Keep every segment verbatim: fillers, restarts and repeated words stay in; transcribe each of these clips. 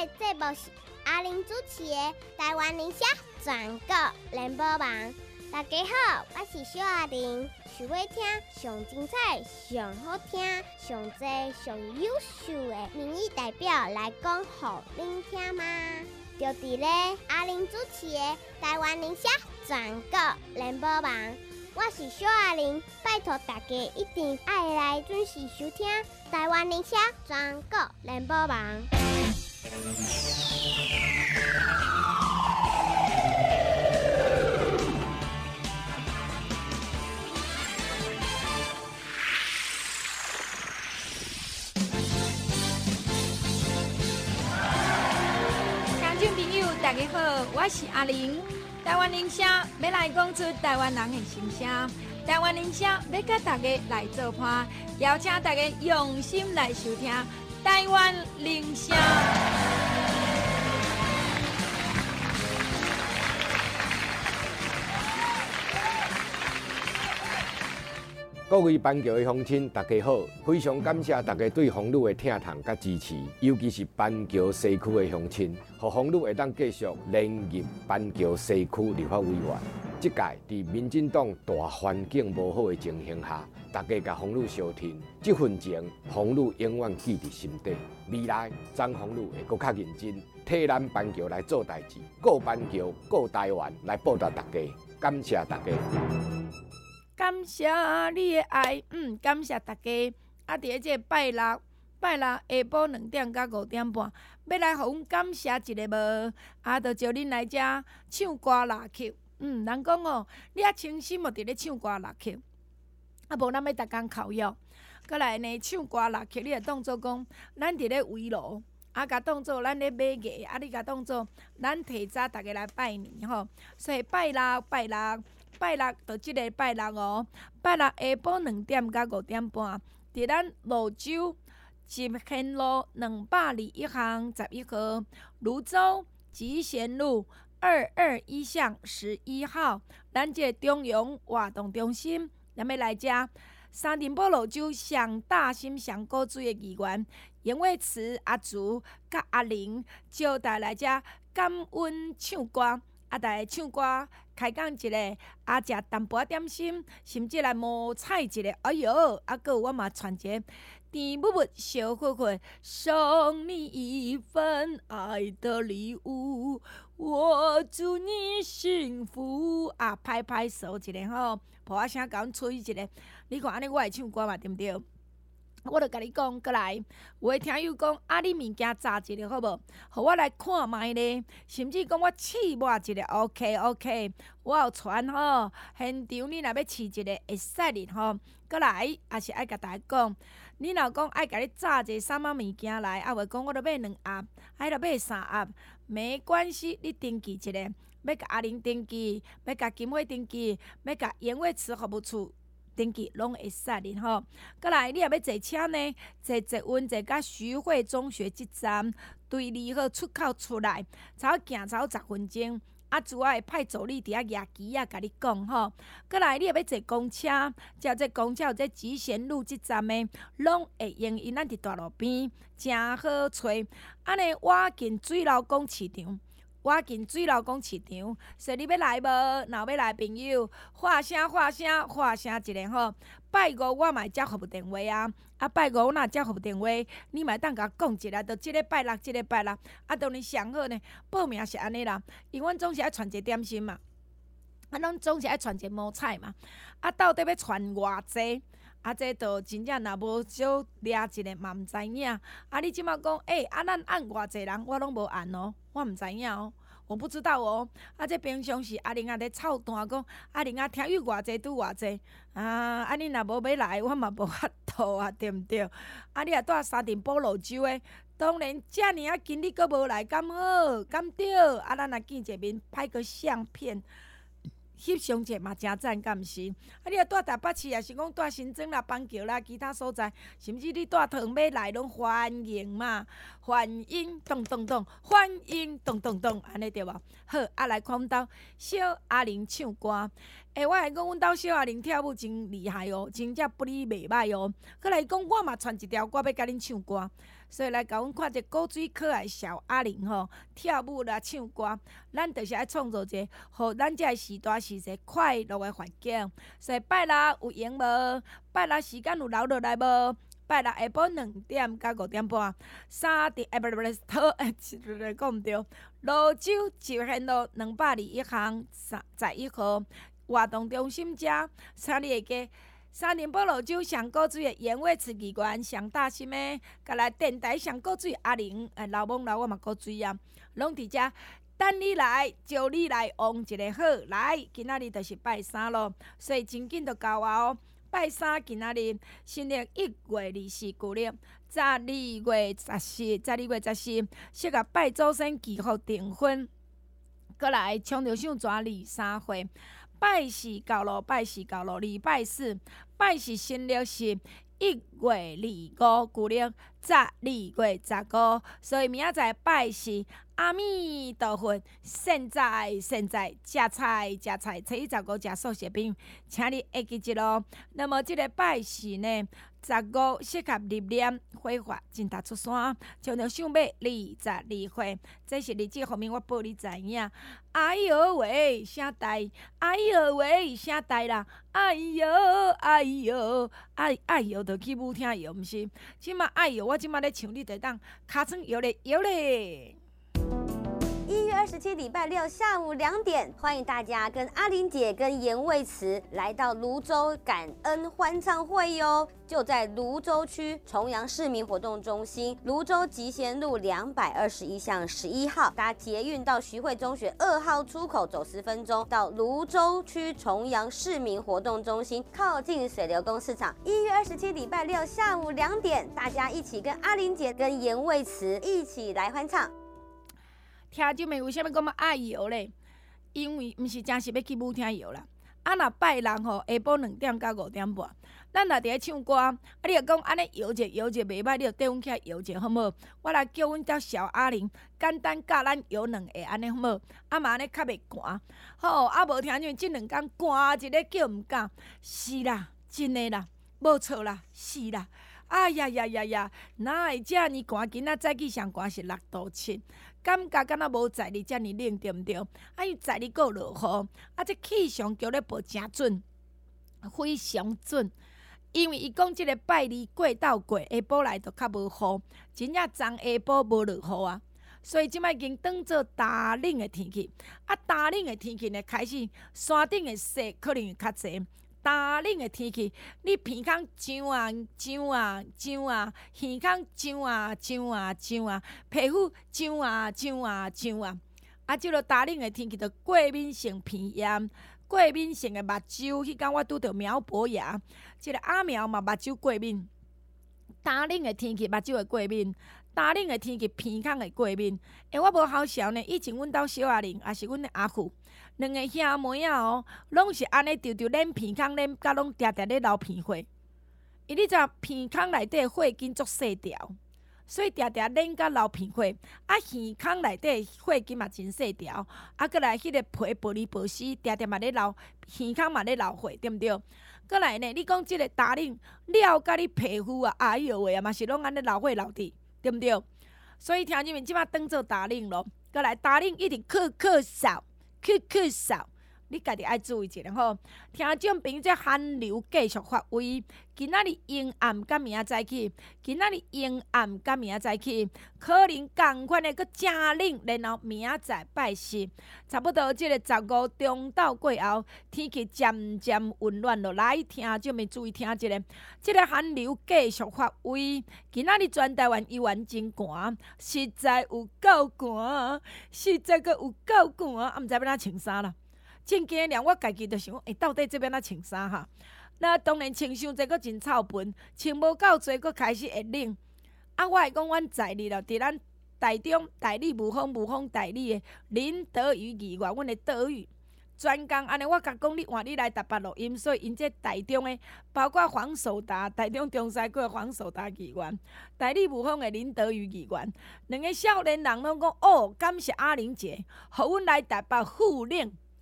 节目是阿玲主持的台湾人社全国联播网。大家好，我是小阿玲。想要听上精彩、上好听、上多、上优秀的民意代表来讲给您听吗？就伫咧阿玲主持的台湾人社全国联播网。我是小阿玲，拜托大家一定要来准时收听台湾人社全国联播网。 大家好，我是阿玲。台湾人社要来讲出台湾人的心声，台湾人社要甲大家来做伴，邀请大家用心来收听台湾人社。 各位板桥的乡亲，大家好！非常感谢大家对红路的听筒甲支持，尤其是板桥西区的乡亲，互红路会当继续连任板桥西区立法委员。这届伫民进党大环境无好的情形下，大家甲红路相挺，这份情红路永远记伫心底。未来张红路会搁较认真，替咱板桥来做代志，顾板桥、顾台湾来报答大家。感谢大家。 感谢你的爱，嗯，感谢大家。啊，伫咧这个拜六，拜六下晡两点到五点半，要来互阮感谢一下无？啊，就招恁来遮唱歌拉曲。嗯，人讲哦，你啊清心哦，伫咧唱歌拉曲。啊，无咱要逐工烤肉，过来呢唱歌拉曲，你会当做讲，咱伫咧围炉，啊，甲当做咱咧买艺，啊，你甲当做咱提早逐个来拜年吼。所以拜六，拜六。拜六就即个拜六哦，拜六下晡两点到五点半，伫咱泸州集贤路两百二一巷十一号，泸州集贤路二二一巷十一号，咱这中央活动中心，咱要来遮三重埔泸州上大心上古水的议员严惠慈阿竹甲阿玲招待来遮感恩唱歌。啊，大家唱歌，开讲一个，啊，食淡薄点心，甚至来摸菜一个。哎哟，啊，搁有我嘛传一个甜蜜蜜小混混，送你一份爱的礼物，我祝你幸福。啊，拍拍手一个吼，抱啊声甲阮吹一个。你看安尼我会唱歌嘛，对毋对？我著甲你讲，过来，有诶听友讲，啊，你物件炸一个好无？互我来看卖咧，甚至讲我试抹一个 ，OK OK， 我有传吼，现场你若要试一个会使哩吼。过来，也是爱甲大家讲，你若讲爱甲你炸一个啥物物件来，啊，话讲我著买两盒，还著买三盒，没关系，你登记一个，要甲阿玲登记，要甲金惠登记，要甲严惠慈服务处。登记拢会使哩吼，过来你若要坐车呢，坐捷运坐到徐汇中学这站，对二号出口出来，差不多行差不多十分钟。啊，主要会派助理伫遐举旗啊，甲你讲吼。过来你若要坐公车，只要这公车有这集贤路这站的，拢会用，因咱伫大路边，真好找。安尼我近水老公市场。我近水老公市场，说你要来无？若要来朋友，话声话声话声一个吼。拜五我嘛会接服务电话啊，啊拜五我若接服务电话，你嘛会当甲我讲一下，就即个拜六，即个拜六，啊当然上好呢。报名是安尼啦，因阮总是爱传一个点心嘛，啊拢总是爱传一个毛菜嘛，啊到底要传偌济？啊，这都真正若无少掠一个嘛，毋知影。啊，你即马讲，诶、欸，啊，咱按偌济人，我拢无按哦，我毋知影哦，我不知道哦。啊，这平常时阿玲啊咧操蛋讲，阿玲啊听友偌济拄偌济，啊，啊你若无要来，我嘛无法度啊，对毋对？啊，你若住三重埔泸州诶，当然遮尔啊近你阁无来，敢好，敢对？啊，咱若见一面，拍个相片。翕相者嘛真赞，敢毋是？啊，你若住台北市，也是讲住新庄啦、板桥啦，其他所在，甚至你住塘尾来，拢欢迎嘛，欢迎，咚咚咚，欢迎，咚咚咚，安尼对无？好，啊来看到小阿玲唱歌， 诶、欸，我来讲，阮兜小阿玲跳舞真厉害哦，真正不哩袂歹哦。佮来讲，我嘛传一条歌要甲恁唱歌，所以来甲阮看一个古水可爱小阿玲吼，跳舞啦唱歌，咱就是爱创造一个，互咱遮个时代是一个快乐的环境。所以拜六有闲无？拜六时间有留落来无？拜六下晡两点到五点半，三点哎，不是不是，讨哎，讲毋对。泸州集贤路两百二一巷三十一号活动中心遮，请你会记。三林堡泸州上古水的盐味慈义园，上大心的，甲来电台上古水阿玲，哎，老翁老我嘛古水啊，拢伫遮。等你来，招你来，旺一个好来。今仔日就是拜三咯，所以真紧就到啊哦。拜三今仔日，新历一月二十四，旧历十二月十四，十二月十四，适合拜祖先祈福订婚。过来冲着唱蛇二三岁，拜四到咯，拜四到咯，礼拜四，拜四新历是一月二五，旧历十二月十五，所以明仔载拜四。阿弥陀佛，现在现在食菜食菜，初一十五食素食饼，请你会记一咯。那么即个拜四呢，十五适合入殓火化，真踏出山，将着想要二十二岁，这是日子方面我报你知影。哎哟喂，啥代？哎哟喂，啥代啦？哎哟哎哟，哎哎哟，着去舞厅摇，毋是？即马哎哟，我即马咧唱，你着当尻川摇咧摇咧。 一月二十七礼拜六下午两点，欢迎大家跟阿玲姐跟盐味慈来到泸州感恩欢唱会哟，就在泸州区重阳市民活动中心，泸州集贤路两百二十一巷十一号，搭捷运到徐汇中学二号出口走十分钟，到泸州区重阳市民活动中心，靠近水流宫市场。一月二十七礼拜六下午两点，大家一起跟阿玲姐跟盐味慈一起来欢唱。 听众们为什么讲要爱摇咧？因为毋是真是要去舞厅摇啦。啊，若拜六吼，下晡两点到五点半，咱若伫咧唱歌，啊，你若讲安尼摇者摇者袂歹，你著缀阮起来摇者好无？我来叫阮遮小阿玲，简单教咱摇两下安尼好无？啊嘛安尼较袂寒。好，啊无听见即两工寒一个叫毋敢，是啦，真诶啦，无错啦，是啦。哎呀呀呀呀！哪会遮尔寒？今仔早起上寒是六度七，感觉敢若无在日遮尔冷，对毋对？啊，伊在日阁落雨，啊，这气象局咧报真准，非常准。因为伊讲即个拜二过到过，下晡来就较无雨，真正昨下晡无落雨啊。所以即摆已经当做大冷的天气，啊，大冷的天气呢，开始山顶的雪可能会较济。大冷的天气，你鼻孔痒啊痒啊痒啊，耳孔痒啊痒啊痒啊，皮肤痒啊痒啊痒啊。啊，即落大冷的天气，就过敏性鼻炎、过敏性的目睭。迄天我拄着苗博雅，即、这个阿苗嘛目睭过敏。大冷的天气，目睭会过敏；大冷的天气，鼻孔会过敏。诶，我无好笑呢。以前阮兜小阿玲，也是阮的阿父，两个兄妹仔哦，拢是安尼直直冷鼻孔，冷甲拢定定咧流鼻血。伊你知鼻孔内底血筋足细条，所以定定冷甲流鼻血。啊，耳孔内底血筋嘛真细条，啊，过来迄个皮薄里薄丝，定定嘛咧流，耳孔嘛咧流血，对毋对？过来呢，你讲即个大冷了，甲你皮肤啊，哎哟喂啊，嘛是拢安尼流血流滴，对毋对？所以听你们即摆当做大冷咯。过来大冷一定咳咳嗽，咳咳嗽，你家己爱注意一下吼。听众朋友，这寒流继续发威，今仔日阴暗甲明仔早起，今仔日阴暗甲明仔早起，可能共款的佫正冷，然后明仔载拜四，差不多即个十五中昼过后，天气渐渐温暖落来。听众们注意听一下，即个寒流继续发威，今仔日全台湾依然真寒，实在有够寒，实在佫有够寒，啊，毋知要哪穿衫啦。正经连我家己就想，诶、欸，到底这边哪穿衫哈？那当然穿伤济，佫真臭笨；穿无够济，佫开始会冷。啊，我会讲，阮在日咯，伫咱台中代理无风无风代理的林德宇议员，阮的德宇专工安尼，我甲讲，你换你来台北录音，所以因这台中的，包括黄守达、台中中西区的黄守达议员，代理无风的林德宇议员，两个少年人拢讲，哦，感谢阿玲姐，互阮来台北护冷。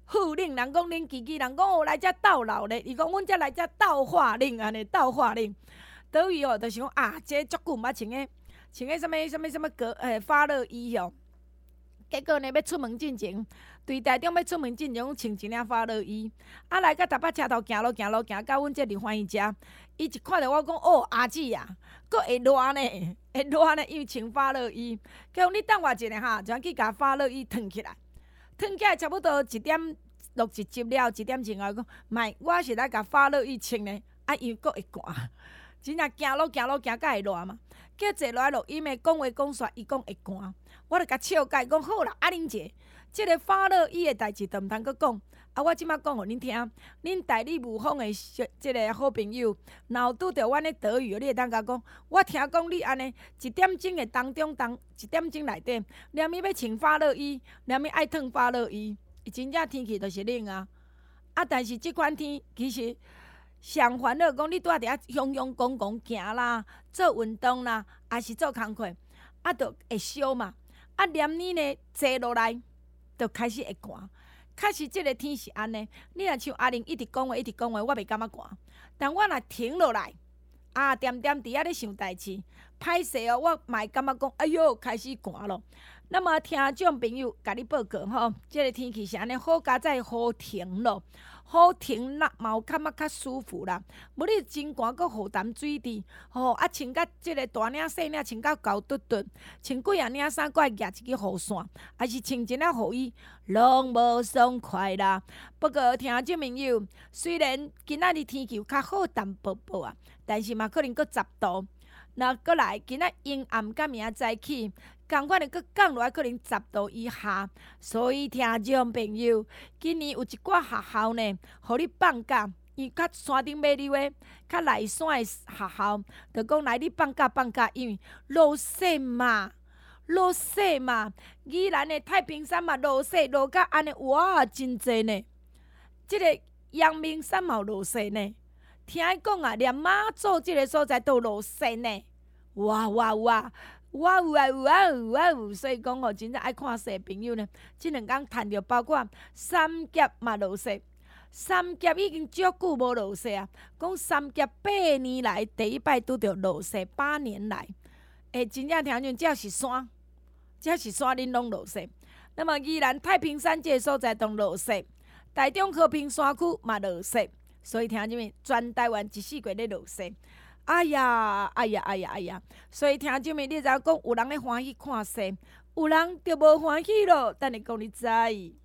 副领，人讲恁琪琪，人讲哦来遮斗老咧，伊讲阮遮来遮斗化令安尼，斗化令。倒位哦，就想啊，这足久毋捌穿诶，穿诶什物什物什物格诶发热衣哦。结果呢，要出门进前，对台中要出门进前，穿一领发热衣。啊，来到台北车头行路行路行到阮这里欢喜遮，伊一看到我讲哦，阿姊啊，佫会热呢，会热呢，因为穿发热衣。叫你等我一下哈，就去甲发热衣脱起来，脱起来差不多一点录一集了，一点钟后讲，卖，我是来甲发热衣穿呢，啊，因为佫会寒。真正行路行路行甲会热嘛，叫坐落来录音的讲话讲煞，伊讲会寒，我著甲笑解讲好啦，阿玲姐，即、这个发热衣的代志，都毋通阁讲。啊，我即摆讲互恁听，恁代理无方的即个好朋友，若有拄着阮的德语，你会当甲讲，我听讲你安尼一点钟的当中，当一点钟内底，连伊要穿发热衣，连伊爱脱发热衣，真正天气就是冷啊。啊，但是即款天其实。上烦恼讲，你拄仔伫遐雄雄公公行啦，做运动啦，还是做工课，啊，就会烧嘛。啊，连你呢坐落来，就开始会寒。确实，即个天是安尼。你若像阿玲一直讲话，一直讲话，我袂感觉寒。但我若停落来，啊，点点伫遐咧想代志，歹势哦，我嘛会感觉讲，哎哟，开始寒咯。那么听众朋友，甲你报告吼，即个天气是安尼，好加在好停咯。好停啦，嘛有感觉较舒服啦。无你真寒，搁雨淡水滴，吼啊，穿甲即个大领细领，穿甲厚嘟嘟，穿几啊领衫，搁会夹一支雨伞，还是穿一领雨衣，拢无爽快啦。不过听众朋友，虽然今仔日天气有较好淡薄薄啊，但是嘛可能搁十度。那搁来，今仔阴暗甲明仔早起。同款的，佮降落来可能十度以下，所以听众朋友，今年有一寡学校呢，互你放假，因为较山顶尾溜的、较内山的学校，就讲来你放假放假，因为落雪嘛，落雪嘛，宜兰的太平山嘛落雪，落甲安尼，哇，真济呢。即、這个阳明山嘛落雪呢，听伊讲啊，连马祖即个所在都落雪呢，哇哇哇！哇有啊有啊有啊有，所以讲吼，真正爱看雪朋友呢，即两天趁着包括三峡嘛落雪，三峡已经足久无落雪啊。讲三峡八年来第一摆拄着落雪，八年来，诶，真正听见只要是山，只要是山恁拢落雪。那么宜兰太平山这个所在都落雪，台中和平山区嘛落雪，所以听见没？全台湾一四季咧落雪。哎呀，哎呀，哎呀，哎呀！所以听众们，你知影讲，有人咧欢喜看雪，有人就无欢喜咯。等下讲你知。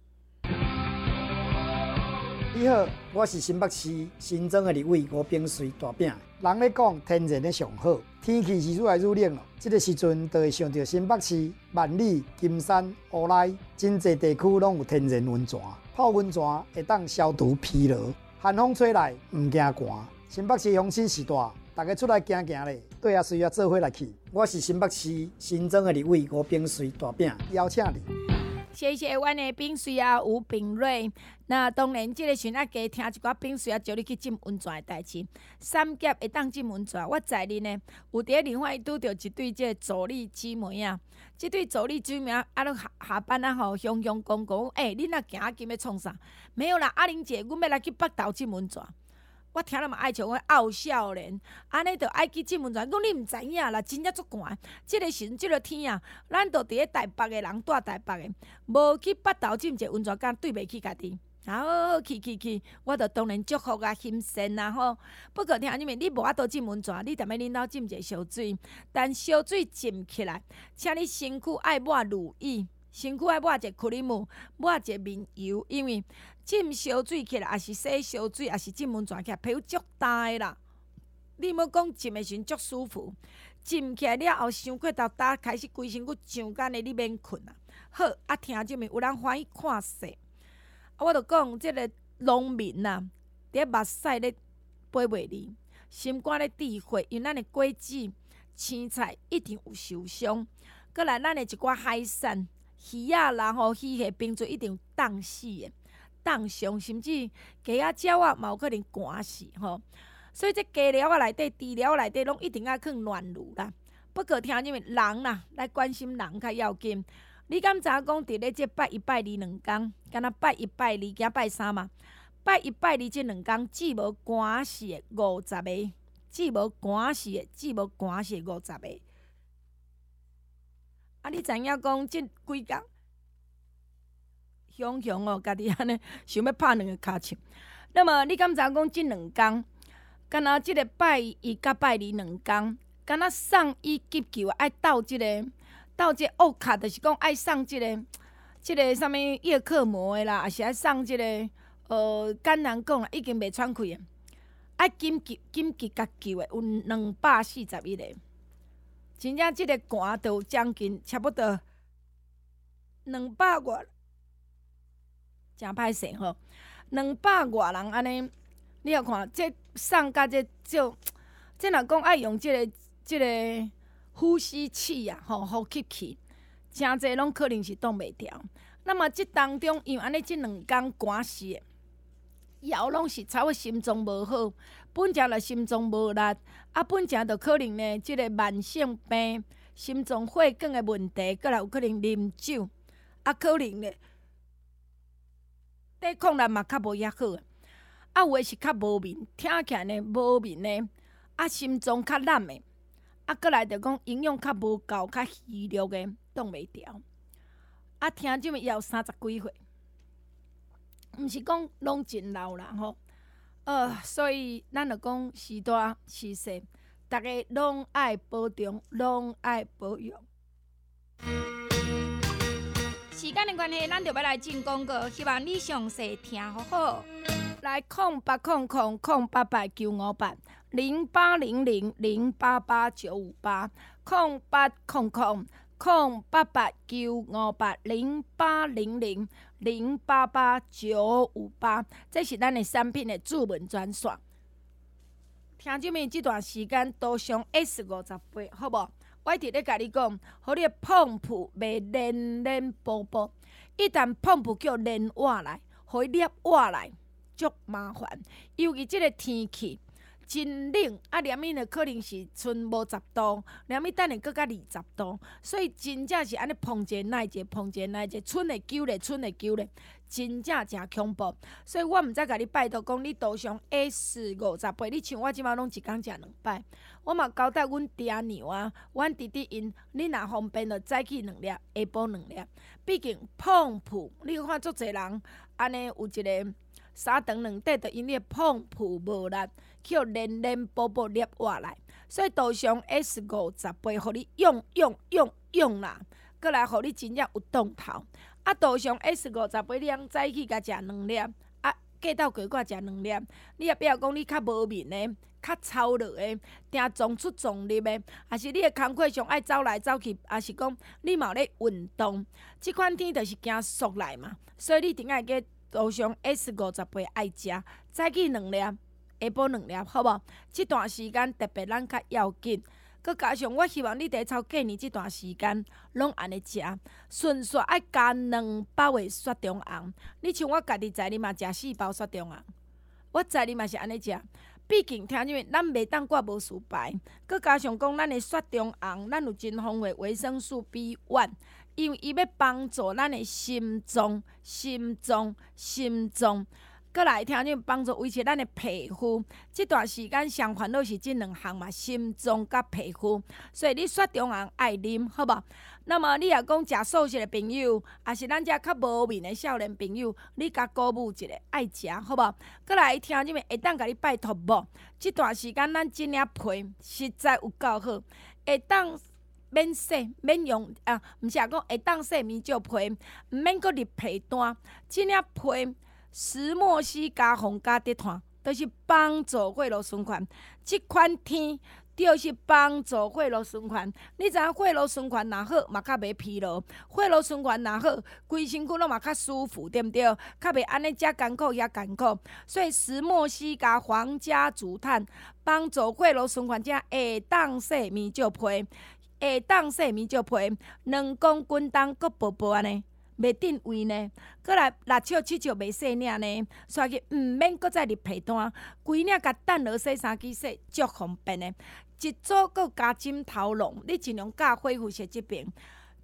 你好，我是新北市新庄的立委吴炳水大饼。人咧讲天然咧上好，天气是愈来愈冷咯。这个时阵，就会想到新北市万里、金山、乌来，真侪地区拢有天然温泉。泡温泉会当消除疲劳，寒风吹来唔惊寒。新北市乡亲时代。大家出来行行咧，对啊，需要做伙来去。我是新北市新庄的立委吴炳水大饼，邀请你。 谢谢阮的炳水啊，吴炳瑞。那当然，即个时阵啊，加听一寡炳水啊，招你去浸温泉的代志。三峡会当浸温泉，我在哩呢，有伫莲花拄着一对即个助理姊妹啊，即对助理姊妹啊，啊，拢下下班啊吼，雄雄公公，诶、欸，恁若行今要创啥？没有啦，阿玲姐，阮要来去北投浸温泉。我听了嘛爱像我傲笑脸，安尼就爱去浸温泉。讲你毋知影啦，真正足寒。即、這个时阵，即、這个天啊，咱都伫咧台北的人，住台北的，无去北投浸一个温泉，敢对袂起家己。好好去去去，我就当然祝福啊，欣赏啊吼。不过听你们，你无法度浸温泉，你踮咧恁兜浸一个烧水，但烧水浸起来，请你身躯爱抹乳液。身躯爱抹一个克里姆，抹一个面油，因为浸烧水起来，也是洗烧水，也是浸温泉起来，皮肤足大的啦。你要讲浸的时阵足舒服，浸起来了后，伤过头打开始规身躯上干的，你免困啊。好，啊听这面有人欢喜看雪，啊我著讲即个农民呐、啊，伫目屎咧飞袂离，心肝咧滴血，因咱的果子、青菜一定有受伤。过来，咱的一寡海产。鱼啊，然后鱼虾冰水一定冻死的，冻伤，甚至鸡啊、鸟啊，嘛有可能寒死吼。所以这鸡寮啊内底、猪寮内底，拢一定要放暖炉啦。不过听你们人啦，来关心人较要紧。 你敢知影讲，伫咧即拜一拜二两工，敢若拜一拜二加拜三嘛？拜一拜二即两工，只无寒死的五十个，只无寒死的，只无寒死的五十个。啊，你知影讲即几工？雄雄哦，家己安尼想要拍两个骹手。那么你敢知影讲即两工，敢若即个拜一甲拜二两工，敢若送伊急救爱斗即个，斗即个恶卡，就是讲爱送即个，即个啥物叶克膜的啦，也是爱送即个呃简单讲啦，已经袂喘气诶，爱紧急紧急甲救诶，有两百四十一个，真正即个寒都有将近差不多两百外。真歹势吼，两百外人安尼，你要看这送甲这少，这若讲爱用即、这个即、这个呼吸器啊，吼呼吸器，真侪拢可能是挡袂牢。那么即当中，因为安尼即两工寒死的，以后拢是差不多心脏无好，本正就心脏无力，啊本正就可能呢，即、这个慢性病、心脏血管的问题，过来有可能啉酒，啊可能呢。抵抗力嘛较无遐好，啊有诶是较无眠，听起来呢无眠呢，啊心脏较懒诶，啊过来着讲营养较无够，较虚弱诶，挡袂牢。啊听即么也有三十几岁，毋是讲拢真老啦吼。呃，所以咱着讲时大时细，逐个拢爱保重，拢爱保养。时间的关系，咱就要来进广告，希望你详细听好好。来，空八空空空八八九五八零八零零零八八九五八空八空空空八八九五八零八零零零八八九五八，这是咱的产品的主文专线。听众们，这段时间多上 S 五十八，好无？我一直咧甲你讲，互你的碰扑袂连连波波，一旦碰扑叫连活来，互伊捏活来，足麻烦。尤其即个天气真冷，啊，连伊呢可能是剩无十度，连伊等下搁较二十度，所以真正是安尼碰者耐者，碰者耐者，剩会揪咧，剩会揪咧，真正真恐怖。所以我毋知甲你拜托讲，你多上 S 五十八，你像我即马拢一工食两摆。我嘛交代阮爹娘啊，阮弟弟因，你若方便就早起两粒，下晡两粒。毕竟碰扑，你看足侪人安尼有一个三长两短，就因你碰扑无力，去互连连补补捏活来。所以多上 S 五十八，互你用用用用啦，过来互你真正有动头。啊，多上 S 五十八，你通早起甲食两粒，啊，过到过过食两粒。你也不要讲你较无眠的。较操劳的，定撞出撞入的，还是你的工课上爱走来走去，还是讲你嘛有咧运动？即款天就是惊缩来嘛，所以你一定爱加多上 S 五十八爱食，早起两粒，下晡两粒，好无？即段时间特别咱较要紧。佮加上我希望你伫超过年即段时间拢安尼食，顺续爱加两包的雪中红。你像我家己知，你嘛食四包雪中红，我知你嘛是安尼食。毕竟听见咱袂当挂无事排，佮加上讲咱的雪中红，咱有真丰富维生素 B 一，因为伊要帮助咱的心脏、心脏、心脏，佮来听见帮助维持咱的皮肤。这段时间上烦恼是这两项嘛，心脏佮皮肤，所以你雪中红爱啉，好无？那么你若讲食素食的朋友，也是咱遮较无眠的少年朋友，你甲鼓舞一下，爱食好无？过来听即面会当甲你拜托无？即段时间咱真领皮实在有够好，会当免洗免用啊，毋是讲会当洗面罩皮，毋免阁入皮单，真领皮石墨烯加红加滴炭，都是帮助血路循环。即款天。就是帮助血路循环，你知影血路循环若好，嘛较袂疲劳；血路循环若好，规身躯拢嘛较舒服，对毋对？较袂安尼遮艰苦遐艰苦。所以石墨烯加皇家竹炭帮助血路循环，才会当洗面罩皮，会当洗面罩皮，两公斤重搁薄薄安尼。袂定位呢，过来六尺七尺袂细领呢，所以毋免搁再入被单，规领甲等落洗衫机洗，足方便的。一组搁加枕头笼，你尽量教恢复式这边，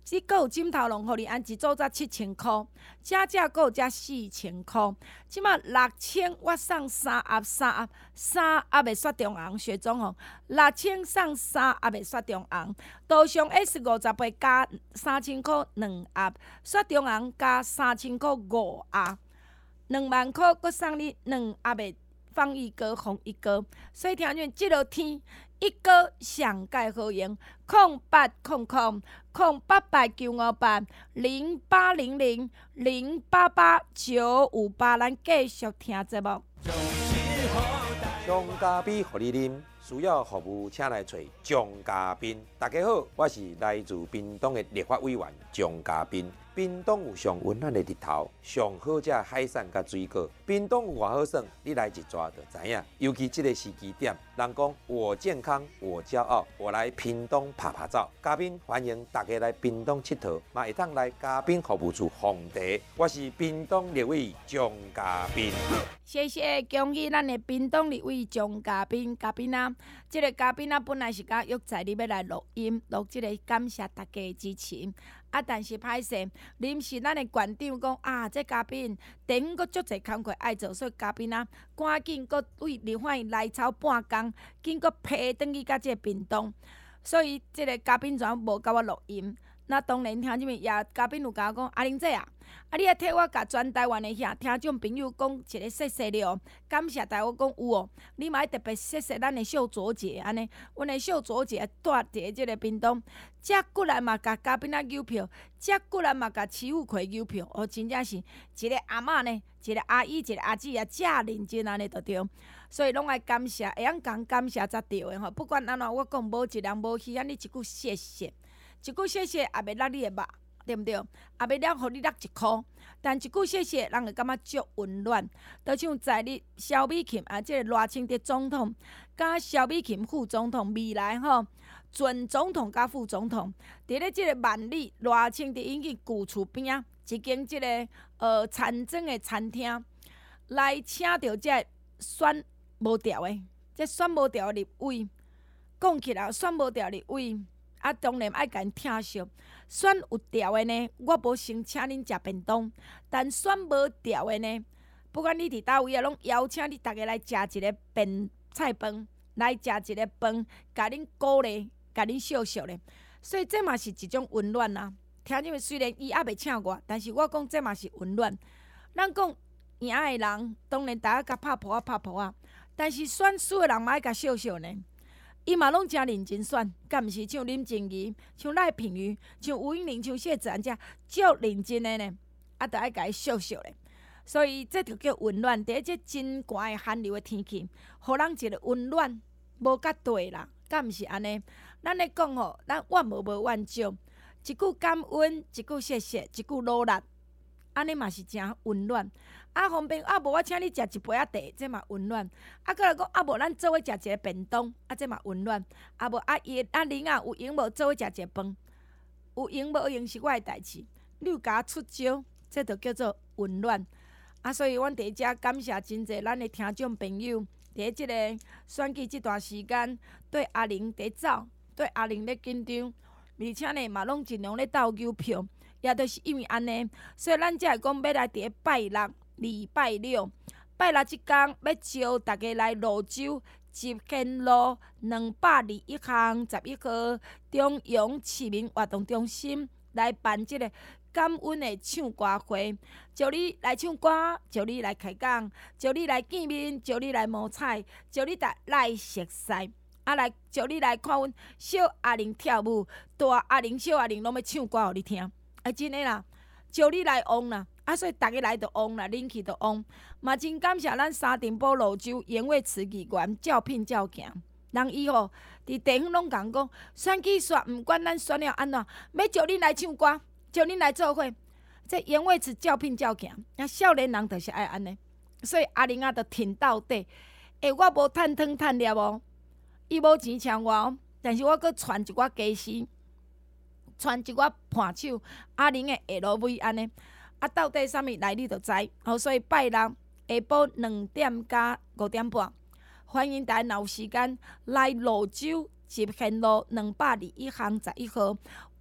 即个有枕头笼，互你安一组才七千箍，加价个才四千箍。即马六千，我送三盒三盒三盒的雪中红雪中红，六千送三盒的雪中红。涂上 S 五十八加三千箍两盒，雪中红加三千箍五盒，两万箍搁送你两盒的防疫膏、防疫膏。所以听见即落天。一个上界好用，空八空空空八八九五八零八零零零八八九五八，咱继续听节目。 上嘉宾互你啉，需要服务请来找张嘉宾。大家好，我是来自屏东的立法委员张嘉宾。屏东有上温暖的日头，上好食海产甲水果。屏东有偌好耍，你来一抓就知影。尤其这个时机点，人讲我健康我骄傲，我来屏东拍拍照。嘉宾欢迎大家来屏东佚佗，嘛会当来嘉宾服务处奉茶。我是屏东立委张嘉宾。 谢谢，恭喜咱的屏东立委张嘉宾嘉宾啊！这个嘉宾啊，本来是甲约在你要来录音，录这个感谢大家的支持。啊，但是歹势，临时咱的馆长讲啊，这嘉宾等于阁足侪工课爱做，所以嘉宾啊，赶紧阁为立法院来操半工，紧阁批转去甲这个屏东，所以这个嘉宾全无甲我录音。那当然，听即物也嘉宾有甲我讲，阿玲姐啊，啊你啊替我甲全台湾的遐听众朋友讲一个谢谢你哦，感谢台我讲有哦，你嘛要特别谢谢咱的秀卓姐安尼，阮的秀卓姐带伫即个屏东，遮骨力嘛甲嘉宾啊邮票，遮骨力嘛甲徐富奎邮票，哦，真正是一个阿嬷呢，一个阿姨，一个阿姊啊，遮认真安尼就对，所以拢爱感谢，会晓讲感谢才对的吼，不管安怎，我讲无一人无去，安尼一句谢谢。一句谢谢也袂落你的肉，对毋对？也袂了，互你落一箍。但一句谢谢，人会感觉足温暖。就像在日萧美琴啊，即、这个赖清德总统，甲萧美琴副总统，未来吼，准总统甲副总统，伫咧即个万里赖清德因去旧厝边啊，一间即、这个呃餐庄的餐厅，来请到即个选无调的，即选无调立委，讲起来选无调立委。啊，当然爱甲因听惜。选有调的呢，我无先请恁食便当；但选无调的呢，不管你伫倒位啊，拢邀请你逐个来食一个便菜饭，来食一个饭，甲恁鼓励，甲恁笑笑咧。所以这嘛是一种温暖啊。听见虽然伊还袂请我，但是我讲这嘛是温暖。咱讲赢的人，当然大家甲拍婆啊拍婆啊，但是选输的人嘛爱甲笑笑呢。伊嘛拢真认真选，敢毋是像林静怡、像赖品妤、像吴英玲、像谢子安遮足认真的呢，啊，着爱甲伊笑笑咧。所以这着叫温暖。伫即真寒的寒流的天气，互人一个温暖，无甲对啦，敢毋是安尼？咱咧讲吼，咱怨无无怨少，一句感恩，一句谢谢，一句努力，安尼嘛是真温暖。啊，方便啊，无我请你食一杯仔茶，这嘛温暖。啊，搁来讲啊，无咱做伙食一个便当，啊，这嘛温暖。啊，无啊，伊啊玲啊有闲无做伙食一个饭，有闲无闲是我的代志。你有甲我出招，这就叫做温暖。啊，所以阮伫遮感谢真侪咱的听众朋友，伫即个选举即段时间，对阿玲伫走，对阿玲咧紧张，而且呢嘛拢尽量咧斗邮票，也著是因为安尼，所以咱才会讲要来伫拜六。礼拜六，拜六即天要招大家来泸州集贤路两百二一巷十一号中央市民活动中心来办即个感恩的唱歌会，招你来唱歌，招你来开讲，招你来见面，招你来摸彩，招你来熟悉，啊来招你来看阮小阿玲跳舞，大阿玲、小阿玲拢要唱歌互你听，啊真诶啦，招你来旺啦。啊，所以逐个来就旺啦，恁去就旺。嘛真感谢咱沙尘堡泸州盐味慈议员照聘照行，人伊吼伫地方拢共讲，选举选毋管咱选了安怎，要招恁来唱歌，招恁来做伙。这盐味慈照聘照行，啊，少年人就是爱安尼。所以阿玲啊，就挺到底。诶，我无趁汤趁粒哦，伊无钱请我哦，但是我阁传一寡家私，传一寡伴手，阿玲的下落尾安尼。啊，到底啥物来你就知，好，所以拜六下晡两点加五点半，欢迎大家有时间来泸州集贤路两百二一巷十一号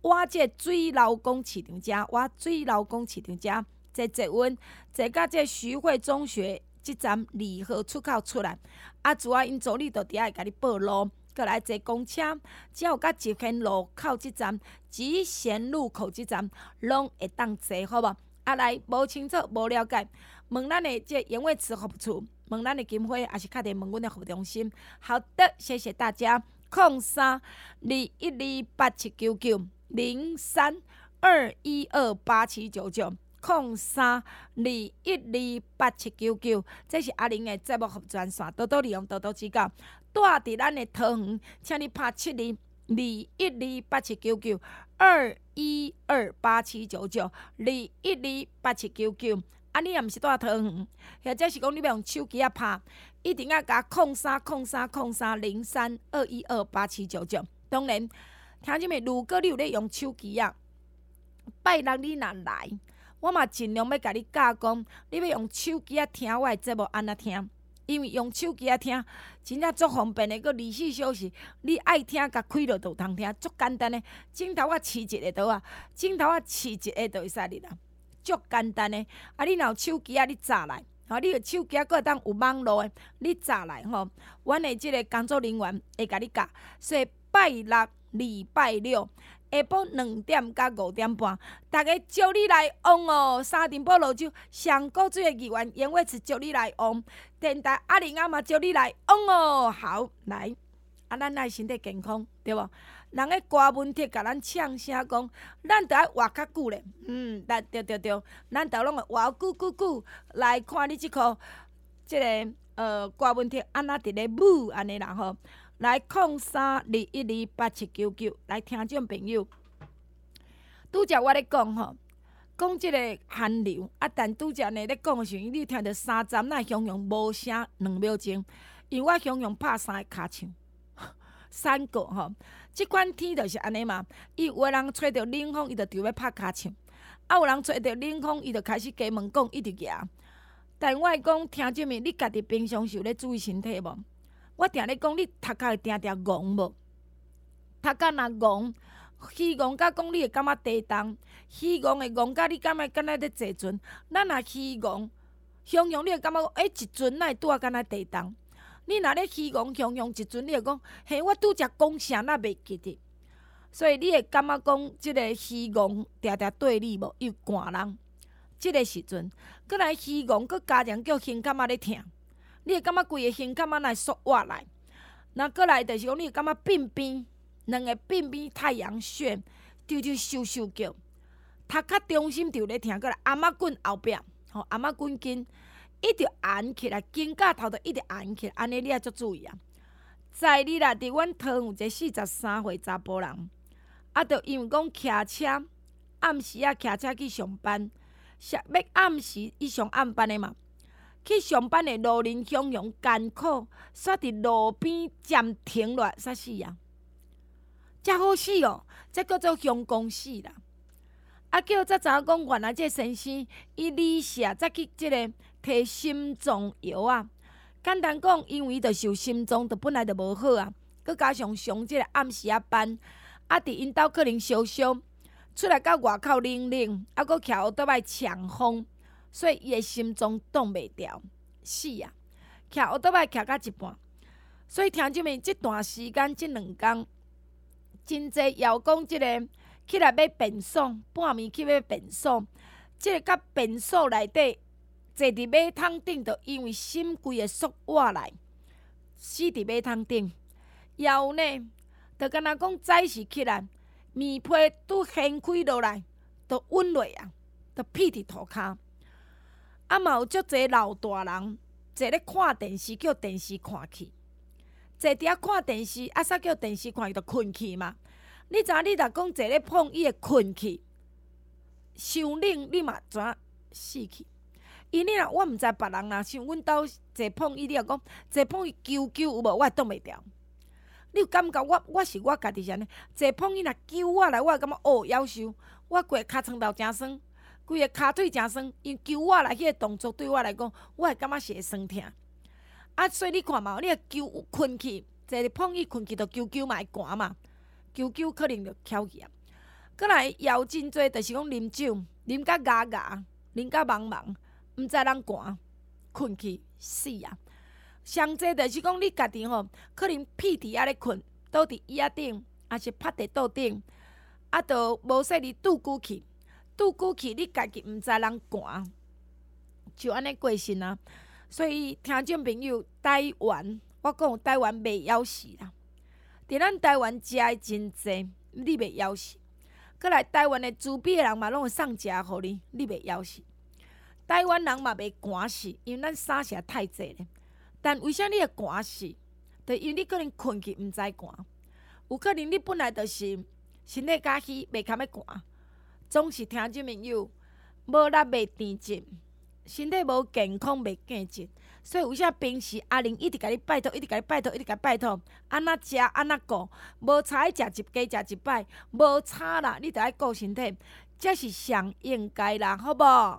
我这水劳工市场遮，我水劳工市场遮，坐坐稳，坐到这徐汇中学即站二号出口出来，啊，主要因助理就伫遐会甲你报路，过来坐公车，只要到集贤路口即站、集贤路口即站，拢会当坐，好无？啊，来无清楚、无了解，问咱的这盐味池服务处，问咱的金花，也是敲电问阮的服务中心。好的，谢谢大家。空三二一二八七九九零三二一二八七九九。空三二一二八七九九，这是阿玲的节目服专线，多多利用，多多指教。住伫咱的桃园，请你拍七二二一二八七九九二一二八七九九二一二八七九九。啊，你若毋是住桃园，或者是讲你要用手机啊拍，一定要加空三空三空三零三二一二八七九九。当然，听众们，如果你有咧用手机啊，拜六你若来。我嘛尽量要甲你教讲，你要用手机啊听我的节目安怎听，因为用手机啊听真正足方便的，佮二十四小时你爱听，甲开落就有通听，足简单的。镜头啊饲一个倒啊，镜头啊饲一个就会使哩啦，足简单的。啊，你若有手机啊，你载来，吼，你个手机啊，佮会当有网络的，你载来吼，阮的即个工作人员会甲你教。所以拜六、礼拜六。下晡两点到五点半，大家招你来旺哦！沙尘暴泸州上古水的议员严伟慈招你来旺，电台阿玲阿嘛招你来旺哦！好，来，啊，咱爱身体健康，对无？人个歌文帖甲咱唱声讲，咱着爱活较久咧。嗯，对对对对，咱着拢会活久久久来看你即颗即个呃歌文帖安那伫咧舞安尼啦吼。来，空三二一二八七九九，来听众朋友，拄则我咧讲吼，讲即个寒流啊，但拄则呢咧讲的时候，你听到三站那雄雄无声两秒钟，因为我雄雄拍三个骹唱，三个吼，即款天就是安尼嘛。伊有个人吹着冷风，伊就就要拍骹唱；啊，有人吹着冷风，伊就开始加问讲，一直夹。但我讲听众们，你家己平常时有咧注意身体无？我定咧讲，你头壳会定定戆无？头壳若戆，虚戆甲讲你会感觉低重，虚戆会戆甲你感觉敢若咧坐船。咱若虚戆，雄雄你会感觉讲，诶、欸，一船哪会拄啊敢若地重？你若咧虚戆雄雄一船，你会讲，嘿，我拄则讲啥哪袂记得？所以你会感觉讲，即个虚戆定定对你无？又寒人，即个时阵，搁来虚戆，搁加上叫胸坎仔咧疼。你会感觉规个胸坎仔来缩活来，那过来就是讲，你会感觉鬢边两个鬢边太阳穴直直咻咻叫，头壳中心就咧疼，过来阿妈棍后壁，吼阿妈棍筋一直按起来，肩胛头就一直按起来，安尼你也足注意啊。在你啦，伫阮桃园有一个四十三岁查甫人，啊，着因为讲骑车暗时啊骑车去上班，要暗时伊上暗班的嘛。去上班的路人汹涌艰苦，煞伫路边暂停落，煞死啊！遮好死哦，这叫做凶公死啦。啊，叫才知影讲，原来这先生伊离社才去即个摕心脏药啊。简单讲，因为伊着受心脏，着本来着无好啊，佮加上上即个暗时啊班，啊，伫因兜可能烧烧，出来到外口冷冷，啊，佮徛倒摆呛风。所以伊的心脏挡袂牢，死啊！徛乌倒摆徛到一半，所以听众们，即段时间即两工，真济也有讲即个起来要便所，半暝去要便所，即个甲便所内底坐伫马桶顶，就因为心规个缩活来，死伫马桶顶。也有呢，就敢若讲早时起来，面皮拄掀开落来，就稳落啊，就劈伫涂骹。啊，嘛有足侪老大人坐咧看电视，叫电视看去；坐伫遐看电视，啊，煞叫电视看去，就困去嘛。你知影你若讲坐咧碰，伊会困去，伤冷你嘛怎死去？因你若我毋知别人若像阮兜坐碰椅，你若讲坐碰椅揪揪有无？我会挡袂牢。你有感觉我我是我家己是安尼，坐碰椅若揪我来，我会感觉哦夭寿，我规个尻川头诚酸。规个骹腿诚酸，因揪我来迄个动作对我来讲，我会感觉是会酸痛。啊，所以你看嘛，你若揪困去，坐伫碰椅困去，就揪揪嘛会寒嘛，揪揪可能就翘去啊。 过来枵真多，就是讲啉酒，啉甲牙牙，啉甲茫茫，毋知人寒，困去死啊！上济就是讲你家己吼，可能屁伫遐咧困，倒伫椅仔顶，还是趴伫桌顶，啊，都无说你拄久去，拄久去，你家己毋知人寒，就安尼过身啊！所以听众朋友，台湾，我讲台湾袂枵死啦。伫咱台湾食诶真济，你袂枵死。过来台湾诶自闭诶人嘛，拢会送食互你，你袂枵死。台湾人嘛袂寒死，因为咱衫食太济咧。但为啥你会寒死？就因为你可能困去毋知寒，有可能你本来就是身体较虚，袂堪要寒，总是听众朋友无力袂甜进。身体无健康，袂健进，所以为啥平时阿玲一直甲你拜托，一直甲你拜托，一直甲你拜托，安怎食安怎顾，无差食一家食一摆，无差啦，你着爱顾身体，这是上应该啦，好无？